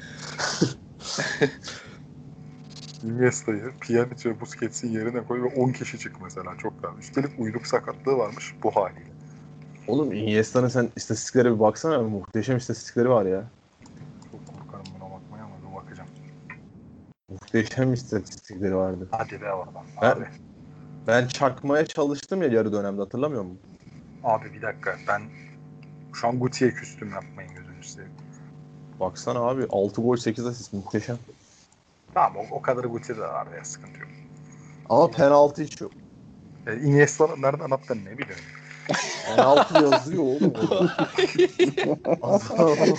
Iniesta'yı Pjanic ve Busquets'in yerine koy ve on kişi çık mesela. Çok daha. Üstelik uyluk sakatlığı varmış bu haliyle. Oğlum Iniesta'nın sen istatistiklere bir baksana. Muhteşem istatistikleri var ya. Çok korkarım buna bakmaya ama bir bakacağım. Muhteşem istatistikleri vardı. Hadi be oradan. Ben- Abi. Ben çakmaya çalıştım ya yarı dönemde hatırlamıyor musun? Abi bir dakika. Ben şu an Guti'ye küstüm yapmayın gözünü seveyim. Baksana abi altı gol sekiz asist muhteşem. Tamam o, o kadar Guti de var ya sıkıntı yok. Ama penaltı hiç yok. E, Iniesta'nın nereden attığını ne biliyorum. Penaltı yazıyor oğlum. orada.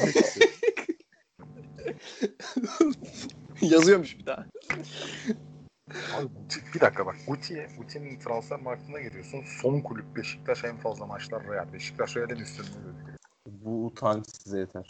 Yazıyormuş bir daha. Abi Guti, bir dakika bak Guti'ye, Guti'nin transfer marketine giriyorsun. Son kulüp Beşiktaş en fazla maçlar Real. Beşiktaş Real'in üstünde gözüküyor. Bu utanç size yeter.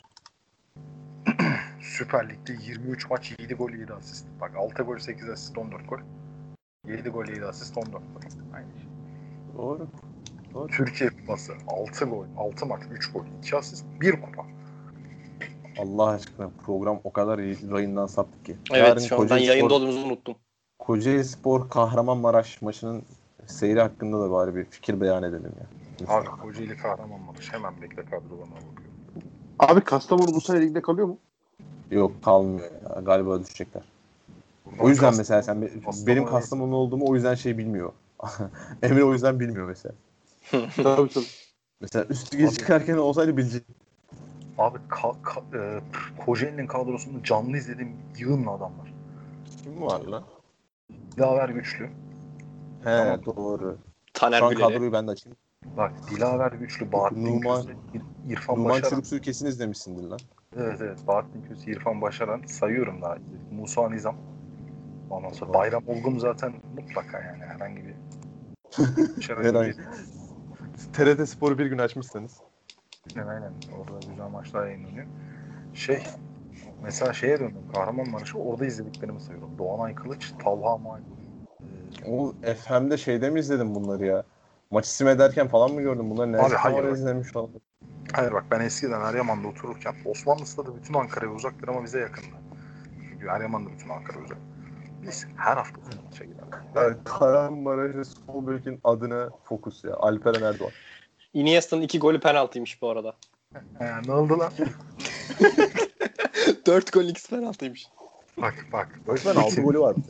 Süper Lig'de yirmi üç maç yedi gol yedi asist. Bak altı gol sekiz asist on dört gol. yedi gol yedi asist on dört gol. Aynı şey. Doğru. Doğru. Türkiye Kupası altı gol, altı maç üç gol, iki asist, bir kupa. Allah aşkına program o kadar iyi rayından saptı ki. Evet Yarın şu an ben Kocaeli yayında Spor- olduğumuzu unuttum. Kocaeli Spor Kahramanmaraş maçının seyri hakkında da bari bir fikir beyan edelim ya. Abi Kocaeli Kahramanmaraş hemen bekle kadrolarına bakıyorum. Abi Kastamonu bu sene ligde kalıyor mu? Yok kalmıyor ya. Galiba düşecekler. Buradan O yüzden Kastamonu- mesela sen be- Kastamonu- benim Kastamonu olduğumu o yüzden şey bilmiyor. Emre o yüzden bilmiyor mesela. Tabii tabii. Mesela üstü geç Abi- çıkarken olsaydı bilecek. Abi ka- ka- e, Kocaeli'nin kadrosunu canlı izlediğim yığınla adamlar. Kim var lan? Dilaver Güçlü. He Tamam. doğru. Taner Şu an Güler'i. kadroyu ben de açayım. Bak Dilaver Güçlü, Bahattin Numan- Köse, İr- İrfan Numan Başaran. Çürüksu'yu kesin izlemişsindir lan. Evet evet Bahattin Köse, İrfan Başaran sayıyorum daha. Musa Nizam. Ondan sonra Bayram Olgun zaten mutlaka yani herhangi bir Herhangi. T R T Spor'u bir gün açmışsanız. Aynen aynen. Orada güzel maçlar yayınlanıyor. Şey, mesela şeye döndüm. Kahramanmaraş'ı orada izlediklerimi sayıyorum. Doğanay Kılıç, Talha Mahmut. Ee, O F M'de şeyde mi izledim bunları ya? Maç isim ederken falan mı gördüm bunları? Ne Abi, zaman hayır. izlemiş falan. Hayır bak ben eskiden Eryaman'da otururken Osmanlı'da da bütün Ankara'ya uzaktır ama bize yakındı. Çünkü Eryaman'da bütün Ankara uzak. Biz her hafta maça giderdik. Yani Kahramanmaraş'ın sol bekin adına fokus ya. Alperen Erdoğan. Iniesta'nın iki golü penaltıymış bu arada. He, ne oldu lan? Dört gol ikisi penaltıymış. Bak bak. Öğretmen altı golü var.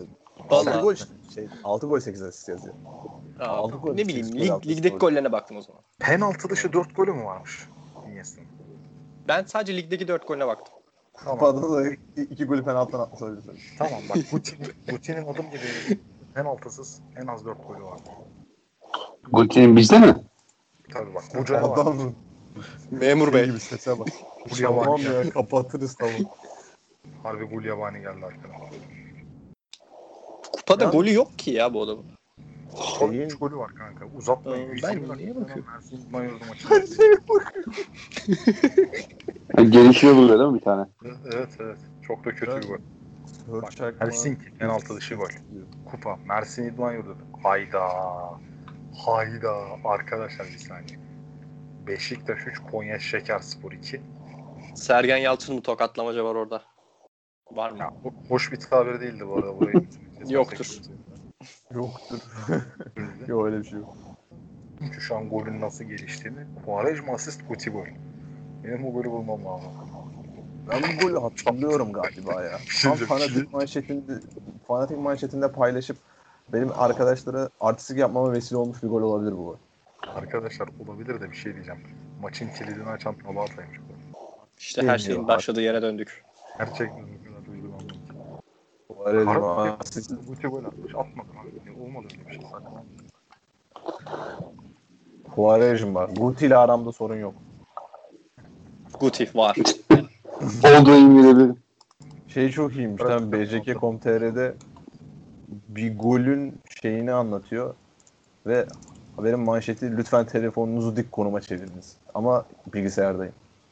Vallahi. altı gol şey altı gol sekiz asist yazıyor. Aa, altı gol, ne bileyim sekiz gol, lig, altı ligdeki gol. gollerine baktım o zaman. Penaltı dışı dört golü mü varmış Iniesta'nın? Ben sadece ligdeki dört golüne baktım. Kupada da iki golü penaltıdan atmış olabilir. Tamam bak Guti'nin, Guti'nin adım gibi penaltısız en az dört golü var. Guti'nin bizde mi? Tabii bak Hoca'ya var. Adam Memur şey bey. gibi sese bak. Gulyabani Tamam geldi. ya kapatırız tamam. Harbi Gulyabani geldi arkadan. Kupada Yalnız- golü yok ki ya bu adamın. Son Şeyin- üç golü var kanka. Uzatmayın. Aa, yüz ben yirmi niye dakika bakıyorum? Mersin İdman Yurdu maçı. Yani gelişiyor burada değil mi bir tane? Evet evet. Çok da kötü Evet. bir gol. Dört Bak, çakma. Helsinki penaltı dışı gol. Kupa. Mersin İdman Yurdu. Hayda. Hayda. Arkadaşlar bir saniye. Beşiktaş üç, Konya Şekerspor iki. Sergen Yalçın mı tokatlamaca var orada? Var mı? Ya, ho- hoş bir tabir değildi bu arada. Burayı Yoktur. Yoktur. Yok öyle bir şey yok. Çünkü şu an golün nasıl geliştiğini. Quaresma asist Guti gol. Benim bu golü bulmam lazım. Ben bu golü hatırlıyorum galiba ya. Tam fanatik manşetinde, fanatik manşetinde paylaşıp benim arkadaşlara artistik yapmama vesile olmuş bir gol olabilir bu gol. Arkadaşlar olabilir de bir şey diyeceğim. Maçın kilidini açan Talata'ymış bu. İşte her Bilmiyor şeyin abi. başladığı yere döndük. Gerçekten bu kadar duygulandım ki. Quaresma Harbi asist. Guti gol atmış. Atmadı abi. Olmadı öyle bir şey saçma. Quaresma. Guti ile aramda sorun yok. Guti var. Olduğu yemin edebilirim. Şey çok iyiymiş. Evet, Tam B C K nokta com nokta T R'de bir golün şeyini anlatıyor ve haberin manşeti lütfen telefonunuzu dik konuma çeviriniz. Ama bilgisayardayım.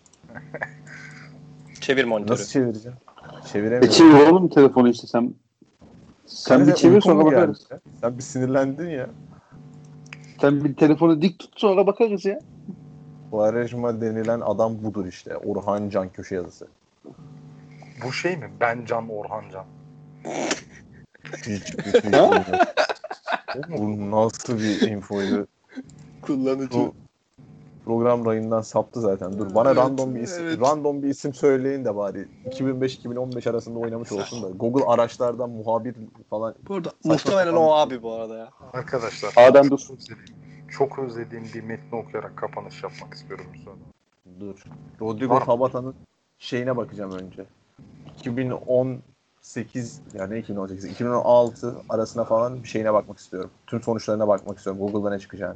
Çevir monitörü. Nasıl çevireceğim? E Çeviremiyorum. çevir oğlum telefonu işte sen. Sen Sen bir çevir uykun sonra mu bakarız. geldi ya? Sen bir sinirlendin ya. Sen bir telefonu dik tut sonra bakarız ya. Quaresma denilen adam budur işte. Orhan Can köşe yazısı. Bu şey mi? Ben Can Orhan Can. Hiçbir şey yok. Bu nasıl bir infoydu? Kullanıcı. Bu program rayından saptı zaten. Dur bana Evet, random bir isim, evet. random bir isim söyleyin de bari. iki bin beş iki bin on beş arasında oynamış olsun da. Google araçlardan muhabir falan. Burada Saçma muhtemelen sapan- o abi bu arada ya. Arkadaşlar. Adem dur. Çok özlediğim, çok özlediğim bir metni okuyarak kapanış yapmak istiyorum müsaade. Dur. Rodrigo Var. Tabata'nın şeyine bakacağım önce. iki bin on sekiz yani iki bin on sekiz iki bin on altı arasına falan bir şeyine bakmak istiyorum. Tüm sonuçlarına bakmak istiyorum. Google'da ne çıkacağını.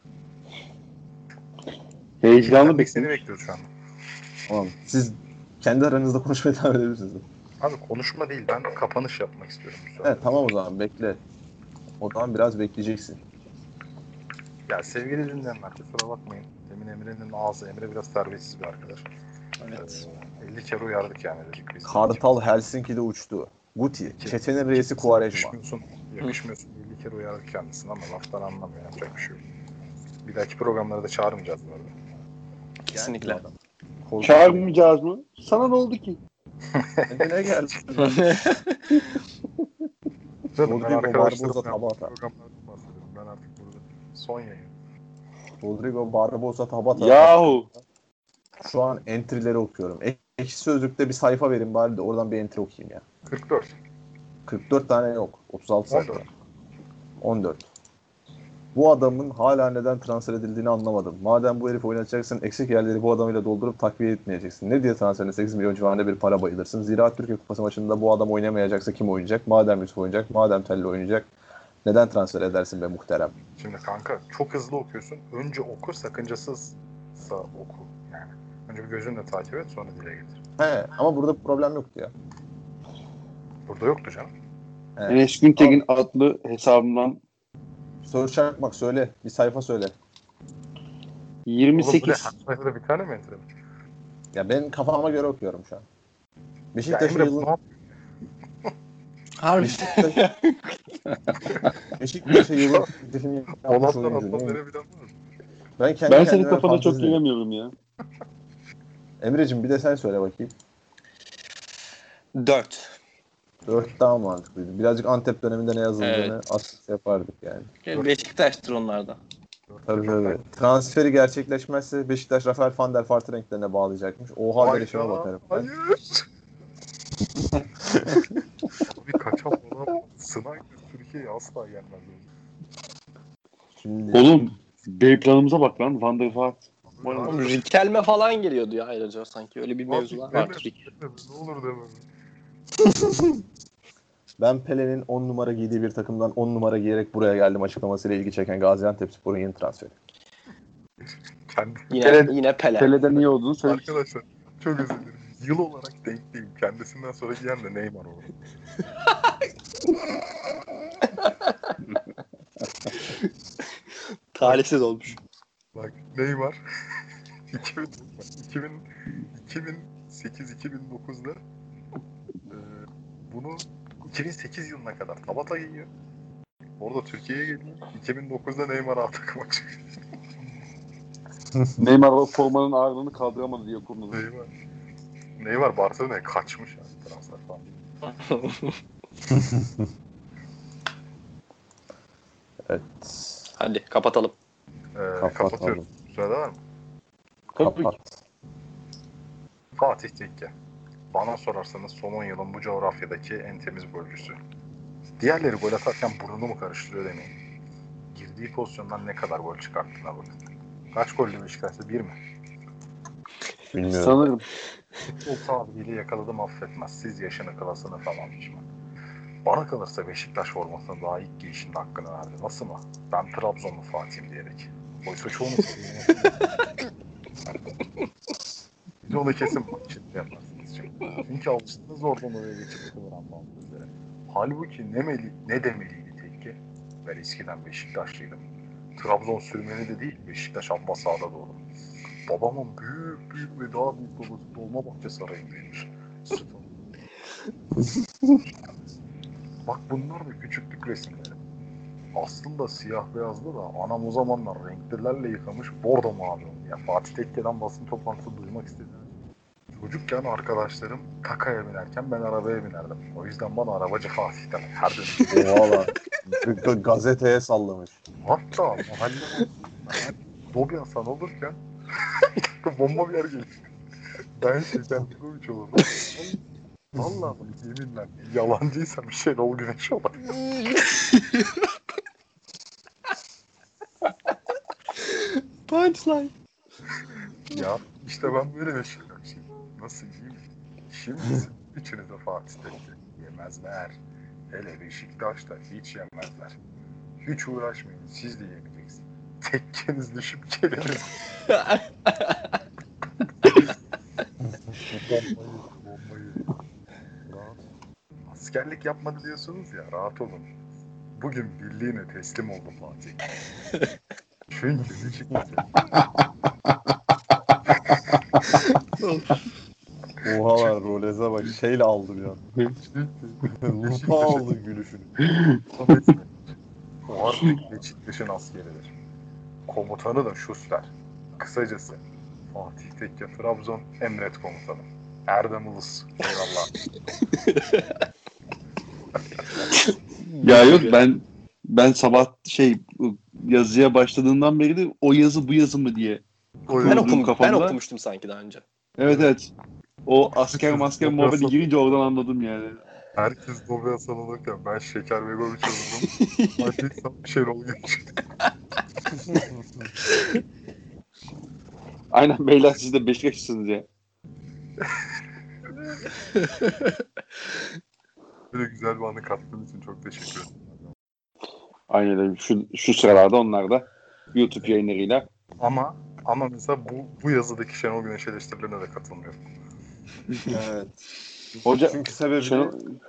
Heyecanlı Seni bekliyorum. bekliyoruz şu an. Tamam. Siz kendi aranızda konuşmaya devam edebilirsiniz. Abi konuşma değil, ben kapanış yapmak istiyorum müsaade. Evet tamam o zaman bekle. O zaman biraz bekleyeceksin. Ya sevgili dinleyenler kusura bakmayın. Demin Emre'nin ağzı, Emre biraz terbiyesiz bir arkadaş. Evet. Ee, elli kere uyardık yani dedik biz. Kartal Helsinki'de uçtu. Guti, çetenin reisi Quaresma. Yakışmıyorsun, yakışmıyorsun. elli kere uyardık kendisini ama laftan anlamıyor. Yapacak bir şey yok. Bir dahaki programlara da çağırmayacağız bu arada. Kesinlikle. Çağırmayacağız mı? Sana ne oldu ki? Kendine gel. Canım ben Rodrigo arkadaşlarımla Barbosa Tabata. programlardan bahsediyorum. Ben artık burada son yayın. Rodrigo Barbosa Tabata. Yahu. Şu an entry'leri okuyorum. Ek- Ekşi Sözlük'te bir sayfa verin bari de oradan bir entry okuyayım ya. kırk dört. kırk dört tane yok. otuz altı sayfa. on dört. on dört. Bu adamın hala neden transfer edildiğini anlamadım. Madem bu herif oynatacaksın eksik yerleri bu adamıyla doldurup takviye etmeyeceksin. Ne diye transferine sekiz milyon civarında bir para bayılırsın. Zira Türkiye Kupası maçında bu adam oynamayacaksa kim oynayacak? Madem Yusuf oynayacak, madem Telli oynayacak. Neden transfer edersin be muhterem? Şimdi kanka çok hızlı okuyorsun. Önce oku, sakıncasızsa oku. Yani önce bir gözünle takip et, sonra dile getir. He, ama burada problem yoktu ya. Burada yoktu canım. He. Enes Güntekin adlı hesabımdan Soru çakmak söyle. Bir sayfa söyle. yirmi Oğlum bu ne? sekiz. Her sayfada bir tane mi entry? Ya ben kafama göre okuyorum şu an. Ya Beşiktaş'ın Emre yılın... ne yap- Harbi. Beşiktaş... Beşiktaş'a yılın teklifini yapmış Polat'tan oyuncu. atlan Ne? verebilen var mı? Ben, kendi Ben senin kendime kafana çok fantezi- güvenmiyorum ya. Emre'cim bir de sen söyle bakayım. Dört. Dört daha mantıklıydı. Birazcık Antep döneminde ne yazıldığını Evet. asist yapardık yani. Beşiktaş'tır onlarda. Tabii tabii. Transferi gerçekleşmezse Beşiktaş Rafael van der Vaart renklerine bağlayacakmış. Oha Hayda, derişime bakarım ben. Hayır. Abi kaç akşam bana Snyder Türkiye'ye asla gelmez. Şimdi Oğlum B planımıza bak lan. Van der Vaart. Oğlum Riquelme falan geliyordu ya ayrıca sanki. Öyle bir mevzular var. Ne olur deme. ben Pele'nin on numara giydiği bir takımdan on numara giyerek buraya geldim açıklamasıyla ilgi çeken Gaziantepspor'un yeni transferi. Kendi Yine Pele- yine Pele. Pele'den iyi olduğunu söyle. arkadaşlar çok özür dilerim. Yıl olarak denk değil. Kendisinden sonra giyen de Neymar olur. Talihsiz olmuş. Bak Neymar iki bin, iki bin, iki bin sekiz iki bin dokuzda e, bunu iki bin sekiz yılına kadar Tabata giyiyor. Orada Türkiye'ye geliyor. iki bin dokuzda Neymar A takıma çıkıyor. Neymar o formanın ağırlığını kaldıramadı diye kurmadı. Neymar. Neymar Barcelona'ya kaçmış yani transfer falan. Evet. Hadi kapatalım. Ee, Kapatalım. kapatıyorum. Sırada var mı? Kapat. Fatih Tekke. Bana sorarsanız son on yılın bu coğrafyadaki en temiz golcüsü. Diğerleri gol atarken burnunu karıştırıyor demeyin. Girdiği pozisyondan ne kadar gol çıkarttığına bakın. Kaç gollü Beşiktaş'ta? Bir mi? Bilmiyorum. Sanırım. Futbol tabiriyle yakaladım affetmez. Siz yaşını klasını falan pişman. Bana kalırsa Beşiktaş formasını daha ilk giyişinde hakkını verdi. Nasıl mı? Ben Trabzonlu Fatih'im diyerek. Oysa çoğunuz bir onu kesin şimdi yaparsınız. Çünkü alıştınız oradan oraya geçip kıvıran muhabbetleri. Halbuki ne, meli, ne demeliydi Tekke? Ben eskiden Beşiktaşlıydım. Trabzon sürmeni de değil, Beşiktaş Abbas sahada doğdum. Babamın büyük büyük ve daha büyük babası Dolmabahçe Sarayı'ndaymış. Bak bunlar da küçüklük resimleri. Aslında siyah beyazdı da anam o zamanlar renklilerle yıkamış bordo mavi oldu. Ya Fatih Tekke'den basın toplantısı duymak istedim. Çocukken arkadaşlarım takaya binerken ben arabaya binerdim. O yüzden bana arabacı Fatih demek. Her dönüşte. Valla. Gazeteye sallamış. Hatta mahalle Dobby Hasan olurken bomba bir yer geliyor. Ben Şeker Begoviç olurdum. Vallahi yeminle yalancıysam bir şey ol Güneş olur. Punchline. Ya işte ben böyle yaşıyorum şimdi. Nasıl diyeyim? Şimdi üçünüze Fatih Tekke yemezler. Hele Beşiktaş'ta hiç yemezler. Hiç uğraşmayın. Siz de yemeyeceksiniz. Tekkeniz düşüp geliniz. Bombayı, bombayı. Rahat. Askerlik yapmadı diyorsunuz ya, rahat olun. Bugün birliğine teslim oldu Fatih. Çünkü Beşiktaş'a Oha lan Rolez'e bak şeyle aldı bir an. Lupa aldı gülüşünü. o artık Beşiktaş'ın askeridir. Komutanı da Schuster. Kısacası Fatih Tekke Trabzon Emret Komutanı. Erdem Ulus. Eyvallah. Ya yok ben ben sabah şey yazıya başladığından beri de o yazı bu yazı mı diye. O Ben, yazı- okum, ben kafamda. okumuştum sanki daha önce. Evet evet. O asker masker Herkes muhabbeti Dobby girince oradan anladım yani. Herkes Dobby Hasan olurken ben Şeker Begoviç olurdum. Fatih bir şey ol geçti. Aynen beyler siz de Beşiktaşlısınız ya. Böyle güzel bir anı kattığın için çok teşekkür ederim. Aynen öyle. Şu, şu sıralarda onlar da YouTube yayınlarıyla. Ama ama mesela bu bu yazıdaki Şenol Güneş eleştirilerine de katılmıyorum. Evet. Hoca, Çünkü sebebi Şenol,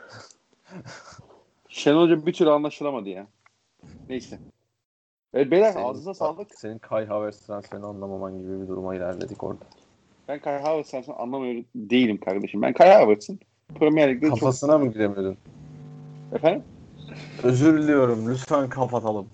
Şenol Hoca bir türlü anlaşılamadı ya. Neyse. Evet beyler senin, ağzınıza sağlık. Senin Kai Havertz transferini anlamaman gibi bir duruma ilerledik orada. Ben Kai Havertz'ın anlamıyorum değilim kardeşim. Ben Kai Havertz'ın Premier Lig'de çok... Kafasına mı giremiyordun? Efendim? Özür diliyorum. Lütfen kapatalım.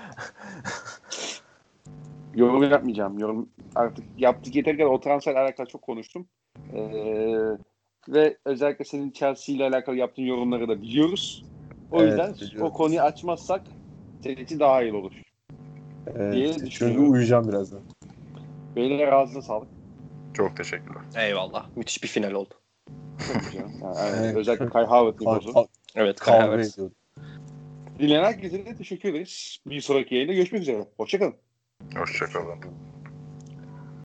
Yorum yapmayacağım. Yorum artık yaptık yeter kadar o transferle alakalı çok konuştum. Ee, ve özellikle senin Chelsea ile alakalı yaptığın yorumları da biliyoruz. O Evet, yüzden biliyoruz. o konuyu açmazsak senin için daha iyi olur. Evet, diye çünkü düşünüyorum. uyuyacağım birazdan. Beyler ağzına sağlık. Çok teşekkürler. Eyvallah. Müthiş bir final oldu. Çok güzel. Yani, yani Evet. özellikle Kai Havertz Ka- nikosu. ka- Evet, Kai kavga Havertz. ediyordu. Dinleyen herkese de teşekkür ederiz. Bir sonraki yayında görüşmek üzere. Hoşçakalın. Hoşçakalın.